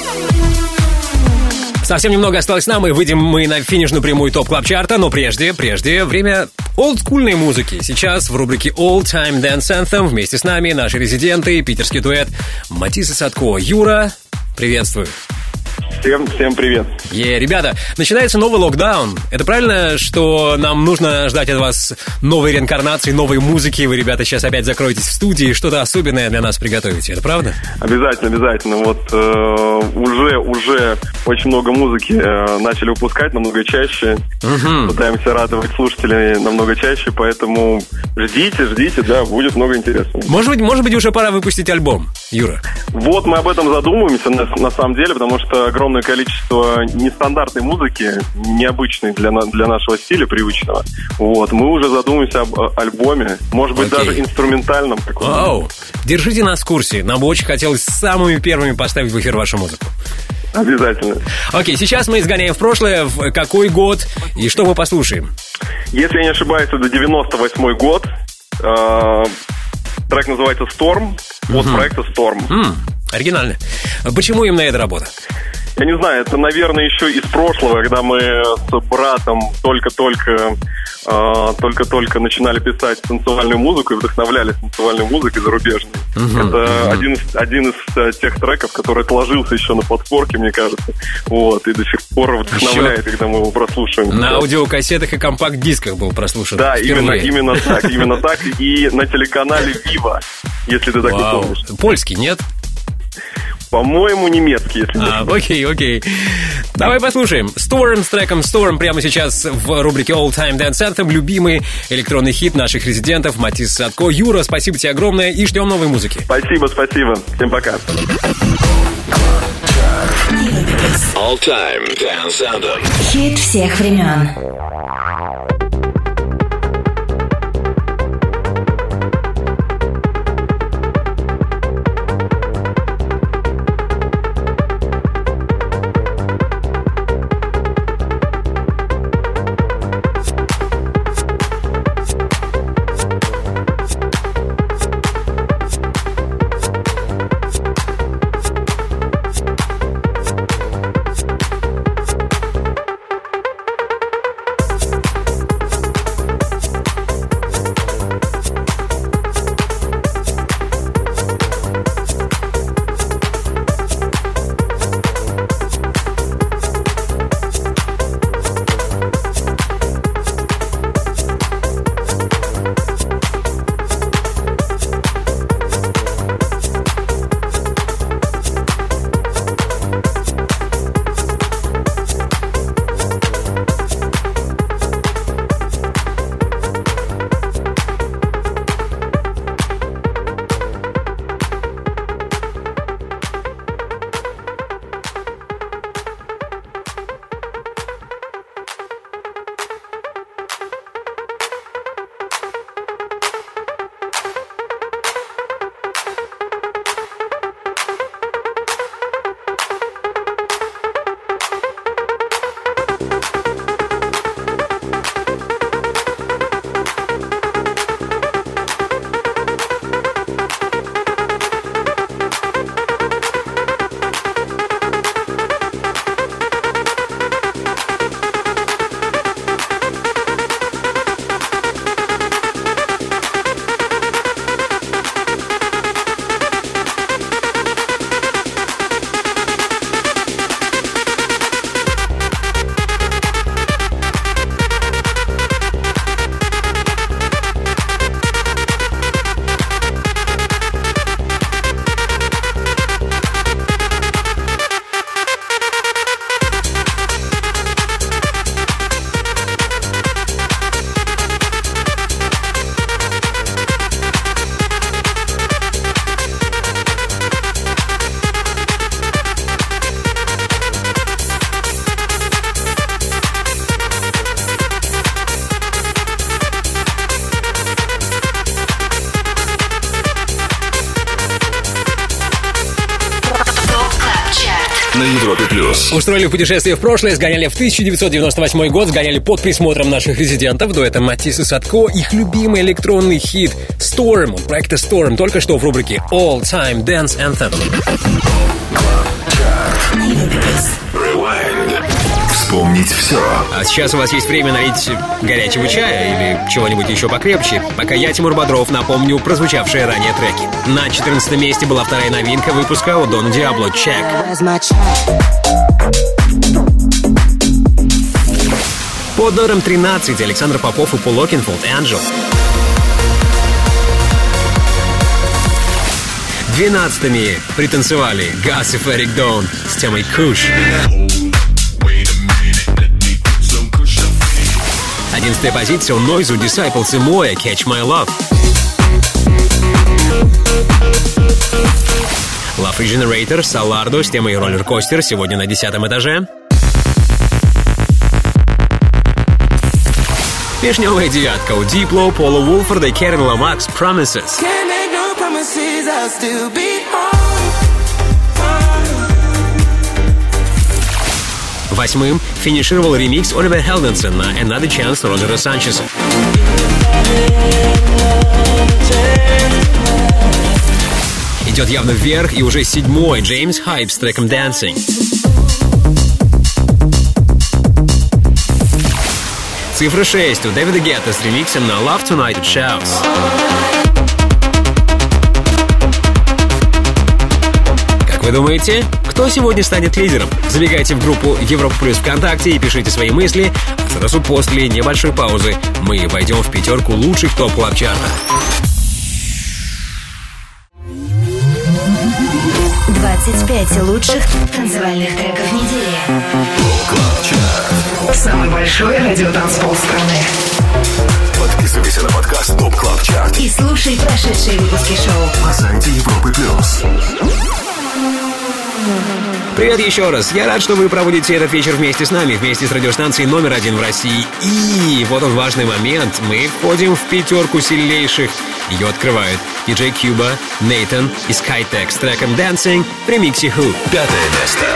Совсем немного осталось нам, и выйдем мы на финишную прямую топ клаб чарта, но прежде, прежде время олдскульной музыки. Сейчас в рубрике All Time Dance Anthem вместе с нами наши резиденты, питерский дуэт Матис и Садко. Юра, приветствую. Всем, всем привет. Е, ребята, начинается новый локдаун. Это правильно, что нам нужно ждать от вас новой реинкарнации, новой музыки? Вы, ребята, сейчас опять закроетесь в студии, что-то особенное для нас приготовите. Это правда? Обязательно, обязательно. Вот э, уже, уже очень много музыки э, начали выпускать намного чаще. Угу. Пытаемся радовать слушателей намного чаще, поэтому ждите, ждите, да, будет много интересного. Может быть, может быть, уже пора выпустить альбом, Юра? Вот мы об этом задумываемся, на, на самом деле, потому что огромное количество нестандартной музыки, необычной для, для нашего стиля, привычного. Вот, мы уже задумываемся об альбоме, может быть, Окей. даже инструментальном. Вау! Держите нас в курсе. Нам бы очень хотелось самыми первыми поставить в эфир вашу музыку. Обязательно. Окей, сейчас мы изгоняем в прошлое. В какой год и что мы послушаем? Если я не ошибаюсь, это девяносто восьмой год. Э, трек называется «Storm» от mm-hmm. проекта «Storm». Mm, оригинально. Почему именно эта работа? Я не знаю, это, наверное, еще из прошлого, когда мы с братом только-только э, только-только начинали писать танцевальную музыку и вдохновлялись танцевальной музыкой зарубежной. Uh-huh, это uh-huh. Один, из, один из тех треков, который отложился еще на подкорке, мне кажется. Вот, и до сих пор вдохновляет, еще когда мы его прослушиваем. На аудиокассетах и компакт-дисках был прослушан. Да, именно, именно так, именно так. И на телеканале Viva, если ты так и помнишь. Польский, нет? По-моему, немецкий, если а, не окей, окей. Давай послушаем. Storm с треком Storm прямо сейчас в рубрике All Time Dance Anthem. Любимый электронный хит наших резидентов Матис Садко. Юра, спасибо тебе огромное и ждем новой музыки. Спасибо, спасибо. Всем пока. All Time Dance Anthem. Хит всех времен. На Европе Плюс. Устроили путешествие в прошлое, сгоняли в тысяча девятьсот девяносто восьмой год, сгоняли под присмотром наших резидентов, дуэта Матис и Садко, их любимый электронный хит Storm от проекта Storm, только что в рубрике All Time Dance Anthem. Вспомнить все. А сейчас у вас есть время налить горячего чая или чего-нибудь еще покрепче. Пока я, Тимур Бодров, напомню прозвучавшие ранее треки. На четырнадцатом месте была вторая новинка выпуска от Дона Диабло «Check». Под номером тринадцать Александр Попов и Пол Окенфолд «Angel». Двенадцатыми пританцевали Гас и Ферик Дон с темой «Kush». Одиннадцатая позиция у Noise, у Disciples и Moya «Catch My Love». Love Regenerator, Solardo с темой «Roller Coaster» сегодня на десятом этаже. Вишневая девятка у Diplo, Пола Вулфорда и Керен Ламакс «Promises». Восьмым финишировал ремикс Оливера Хелденса на Another Chance Роджера Санчеса. Идет явно вверх и уже седьмой Джеймс Хайп с треком Dancing. Цифра шесть у Дэвида Гетта с ремиксом на Love Tonight от Shouts. Как вы думаете, кто сегодня станет лидером? Забегайте в группу Европа Плюс ВКонтакте и пишите свои мысли. А сразу после небольшой паузы мы войдем в пятерку лучших топ-клаб-чарта. двадцать пять лучших танцевальных треков недели. Самый большой радиотанцпол страны. Подписывайся на подкаст Топ Клаб Чарт И слушай прошедшие выпуски шоу на сайте Европы Плюс. Привет еще раз. Я рад, что вы проводите этот вечер вместе с нами, вместе с радиостанцией номер один в России. И вот он важный момент. Мы входим в пятерку сильнейших. Ее открывают диджей Cuba, Нейтан и Skytech с треком Dancing в ремиксе Who. Пятое место.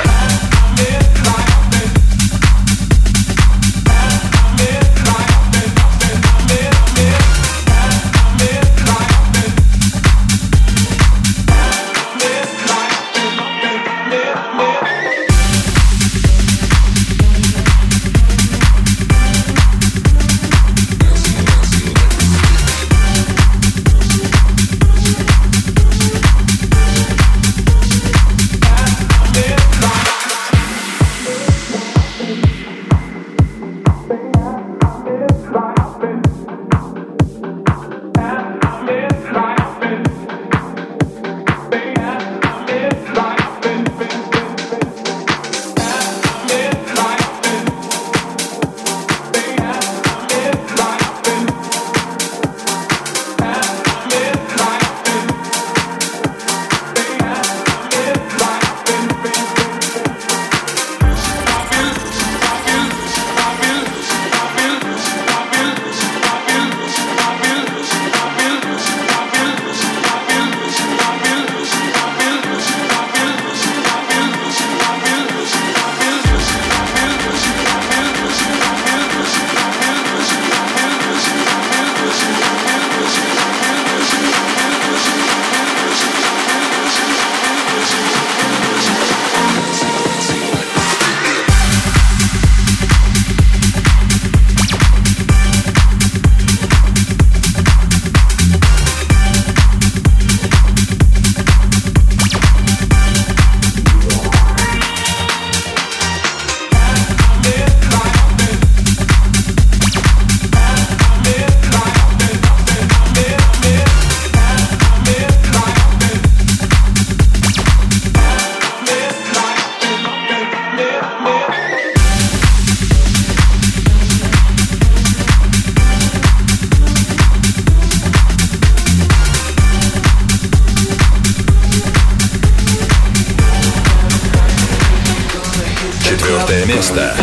Четвертое место.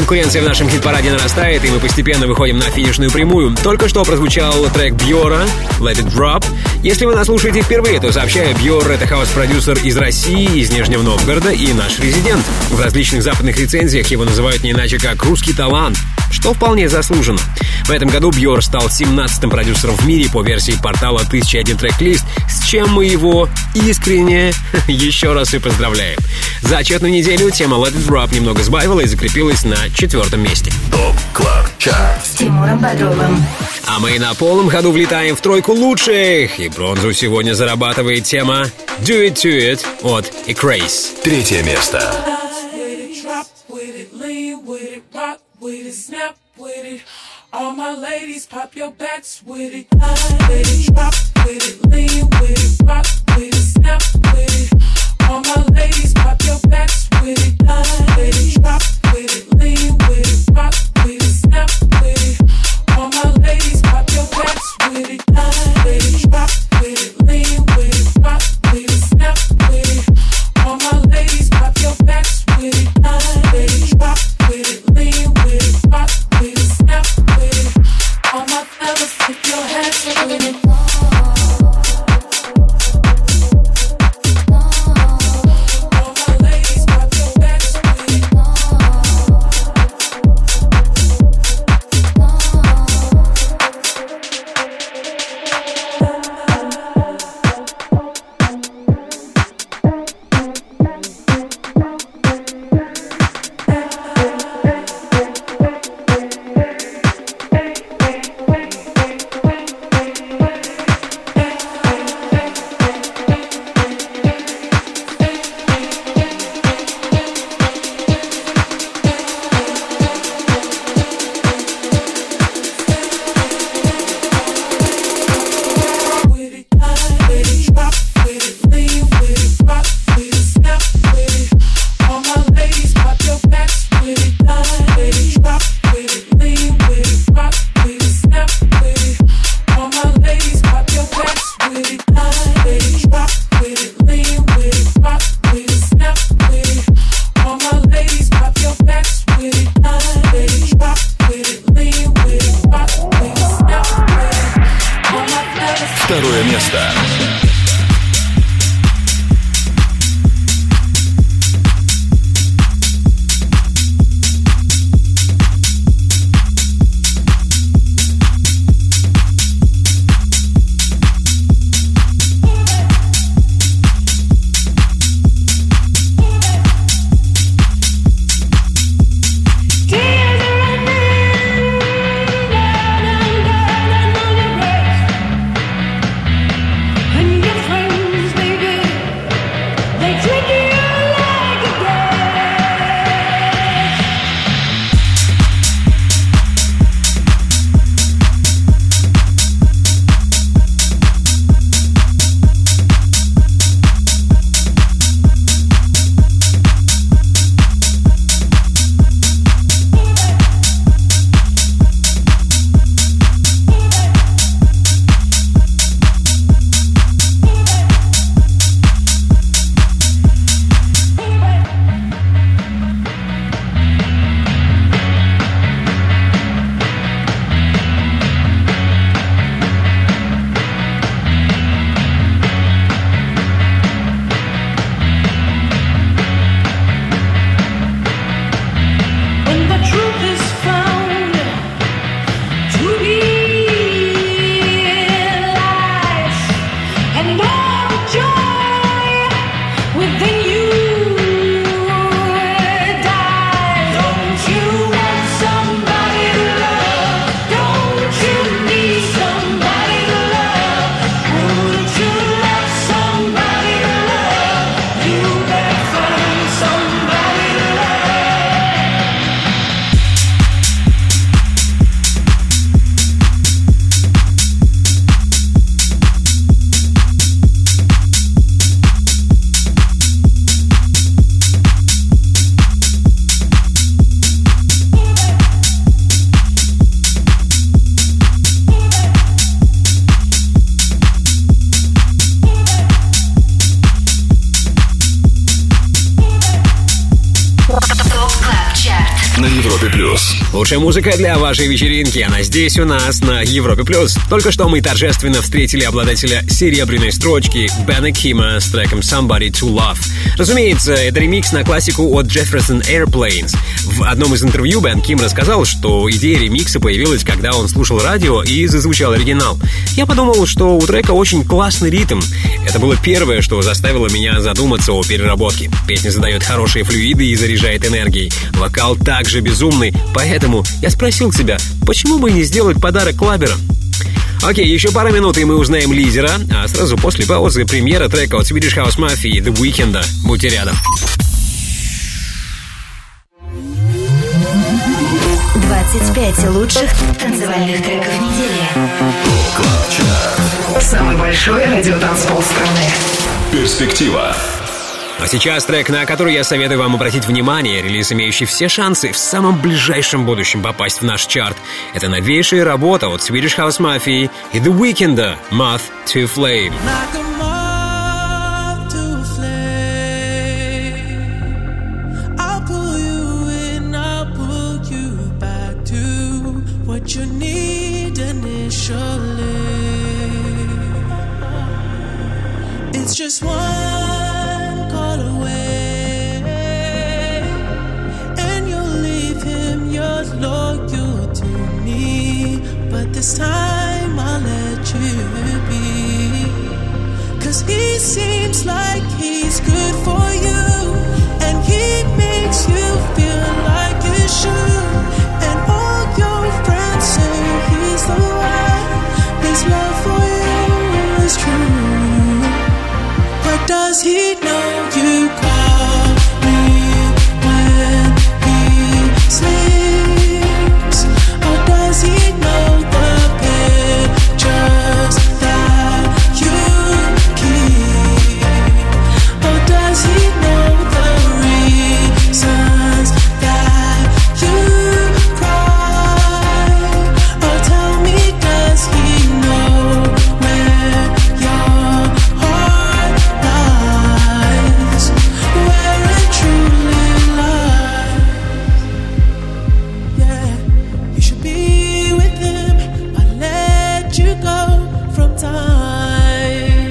Конкуренция в нашем хит-параде нарастает, и мы постепенно выходим на финишную прямую. Только что прозвучал трек Бьора «Let It Drop». Если вы нас слушаете впервые, то сообщаю, Бьор — это хаус-продюсер из России, из Нижнего Новгорода и наш резидент. В различных западных рецензиях его называют не иначе как «русский талант», что вполне заслуженно. В этом году Бьор стал семнадцатым продюсером в мире по версии портала тысяча один трек-лист, с чем мы его искренне еще раз и поздравляем. За отчетную неделю тема Let It Drop немного сбавила и закрепилась на четвертом месте. ТОП Клаб Чарт с Тимуром Бодровым. А мы на полном ходу влетаем в тройку лучших, и бронзу сегодня зарабатывает тема Do It To It от Ecraze. Третье место. All my ladies, pop your backs with it. Let it drop with it, lean with it, rock with it, snap with it. All my ladies, pop your backs with it. Let it drop with it, lean with it, rock with it, snap with it. All my ladies, pop your backs with it. Let it drop with it, lean with it, rock with it, snap with it. All my ladies, pop your backs with it. Let it drop with it, lean with it, rock with it, snap with it. All my fellas, tip your hats with it. Второе место. Лучшая музыка для вашей вечеринки, она здесь у нас на Европе+. Только что мы торжественно встретили обладателя серебряной строчки Бена Кима с треком Somebody to Love. Разумеется, это ремикс на классику от Jefferson Airplanes. В одном из интервью Бен Ким рассказал, что идея ремикса появилась, когда он слушал радио и зазвучал оригинал. Я подумал, что у трека очень классный ритм. Это было первое, что заставило меня задуматься о переработке. Песня задает хорошие флюиды и заряжает энергией. Вокал также безумный, поэтому я спросил себя, почему бы не сделать подарок клаберам? Окей, еще пара минут, и мы узнаем лидера, а сразу после паузы премьера трека от Swedish House Mafia The Weeknd. Будьте рядом. двадцать пять лучших танцевальных треков недели. Самый большой радиотанцпол страны. Перспектива. А сейчас трек, на который я советую вам обратить внимание, релиз, имеющий все шансы в самом ближайшем будущем попасть в наш чарт. Это новейшая работа от Swedish House Mafia и The Weeknd, Moth to Flame. You need initially. It's just one call away, and you'll leave him. You're loyal to me, but this time I'll let you be. 'Cause he seems like he's good for you, and he makes you feel like you should. And all your friends say he's the one. His love for you is true. But does he know you call me when he sleeps? Or does he know the pictures that you keep? Or does he know the reasons that you cry? Or tell me, does he know where your heart lies? Where it truly lies? Yeah, you should be with him. I let you go from time.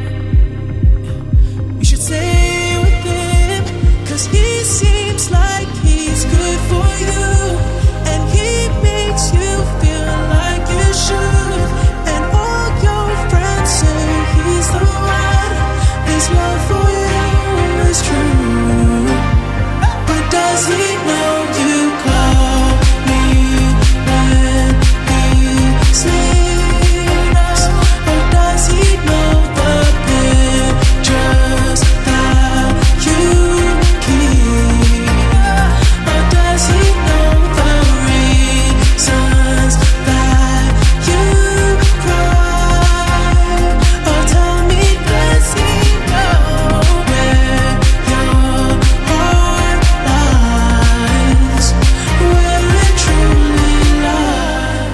You should stay with him, 'cause he seems like he's good for you, and he makes you feel like you should. And all your friends say he's the one. His love for you is true. But does he know you call me when he sleeps? Or does he know the pictures that you keep? Or does he know the reasons that you cry? Or tell me, does he know where your heart lies? Where it truly lies?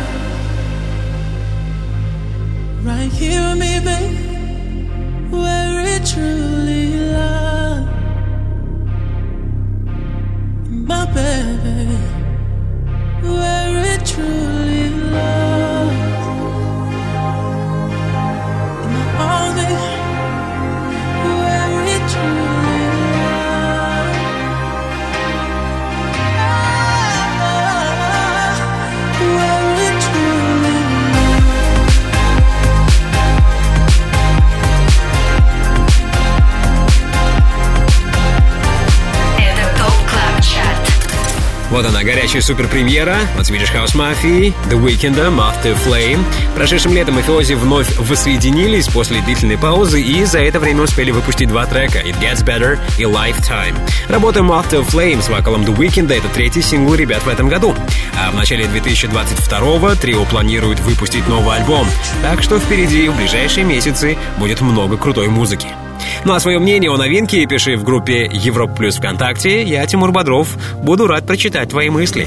Right here with me, babe. Where it truly lies. My baby, where it truly lies. In my arms, baby, where it truly lies. Where it truly lies. Это ТОП Клаб Чарт. Вот она, горячая суперпремьера от Swedish House Mafia, The Weeknd, Moth to Flame. Прошедшим летом Эфиози вновь воссоединились после длительной паузы и за это время успели выпустить два трека It Gets Better и Lifetime. Работа Moth to Flame с вокалом The Weeknd — это третий сингл ребят в этом году. А в начале две тысячи двадцать второго трио планирует выпустить новый альбом. Так что впереди в ближайшие месяцы будет много крутой музыки. Ну а свое мнение о новинке пиши в группе Европа Плюс ВКонтакте. Я, Тимур Бодров, буду рад прочитать твои мысли.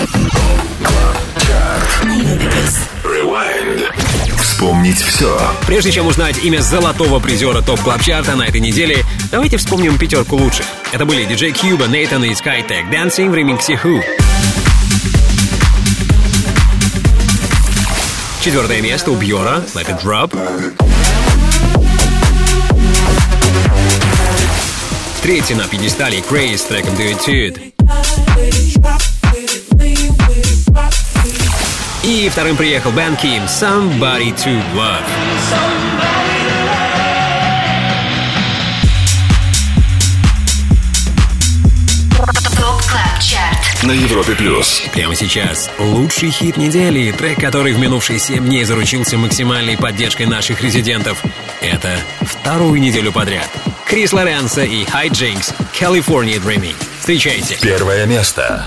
Вспомнить все. Прежде чем узнать имя золотого призера ТОП Клаб Чарта на этой неделе, давайте вспомним пятерку лучших. Это были диджей Кьюба, Нейтан и Skytech, Dancing в ремиксе Who. Четвертое место у Бьора, Let It Drop. Третье на пьедестале Craze с треком Do It To It. И вторым приехал Бен Ким, Somebody To Love. На Европе Плюс. Прямо сейчас лучший хит недели, трек, который в минувшие семь дней заручился максимальной поддержкой наших резидентов. Это вторую неделю подряд. Крис Лоренцо и Hijinks, California Dreaming. Встречайте. Первое место.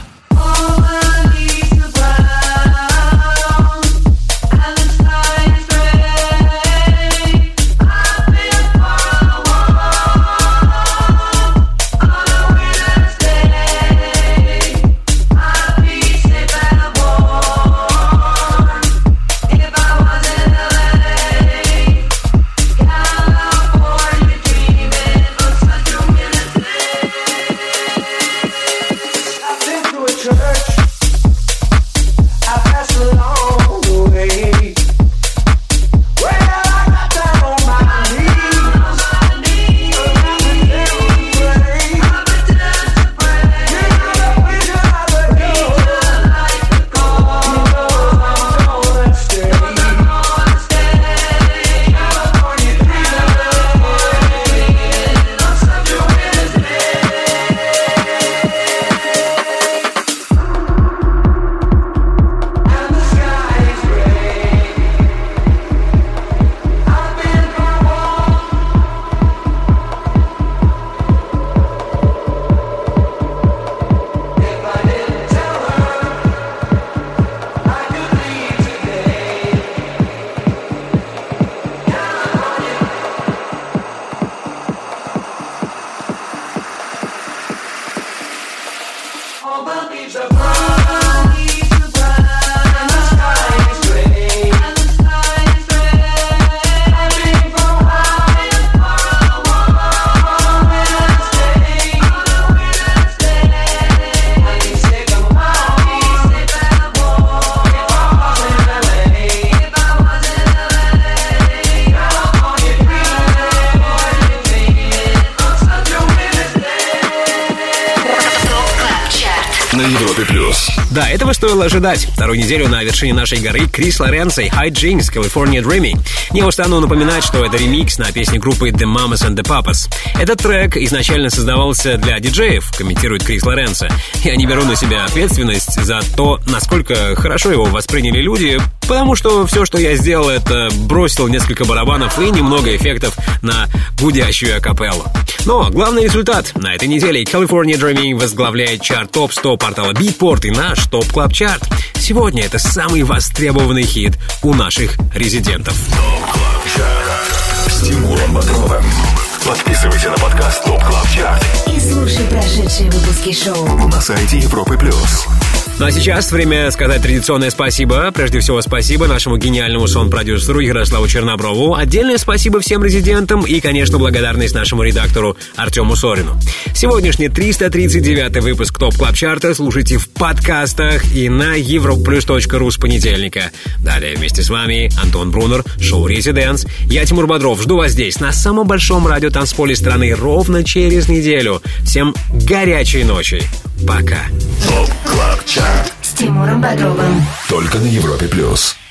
Да, этого стоило ожидать. Вторую неделю на вершине нашей горы Крис Лоренцо и Hijinks, California Dreaming. Не устану напоминать, что это ремикс на песни группы The Mamas and the Papas. Этот трек изначально создавался для диджеев, комментирует Крис Лоренцо. Я не беру на себя ответственность за то, насколько хорошо его восприняли люди, потому что все, что я сделал, это бросил несколько барабанов и немного эффектов на гудящую акапеллу. Но главный результат. На этой неделе California Dreaming возглавляет чарт топ сто портала Beatport и наш топ клаб чарт. Сегодня это самый востребованный хит у наших резидентов. топ клаб чарт с Тимуром Бодровым. Подписывайся на подкаст топ клаб чарт и слушай прошедшие выпуски шоу на сайте Европы плюс. Ну а сейчас время сказать традиционное спасибо. Прежде всего, спасибо нашему гениальному сон-продюсеру Ярославу Черноброву. Отдельное спасибо всем резидентам и, конечно, благодарность нашему редактору Артему Сорину. Сегодняшний триста тридцать девятый выпуск ТОП Клаб Чарта слушайте в подкастах и на европлюс точка ру с понедельника. Далее вместе с вами Антон Брунер, шоу «Резиденс». Я, Тимур Бодров, жду вас здесь, на самом большом радиотанцполе страны, ровно через неделю. Всем горячей ночи. Пока. ТОП Клаб Чарт с Тимуром Бодровым. Только на Европе плюс.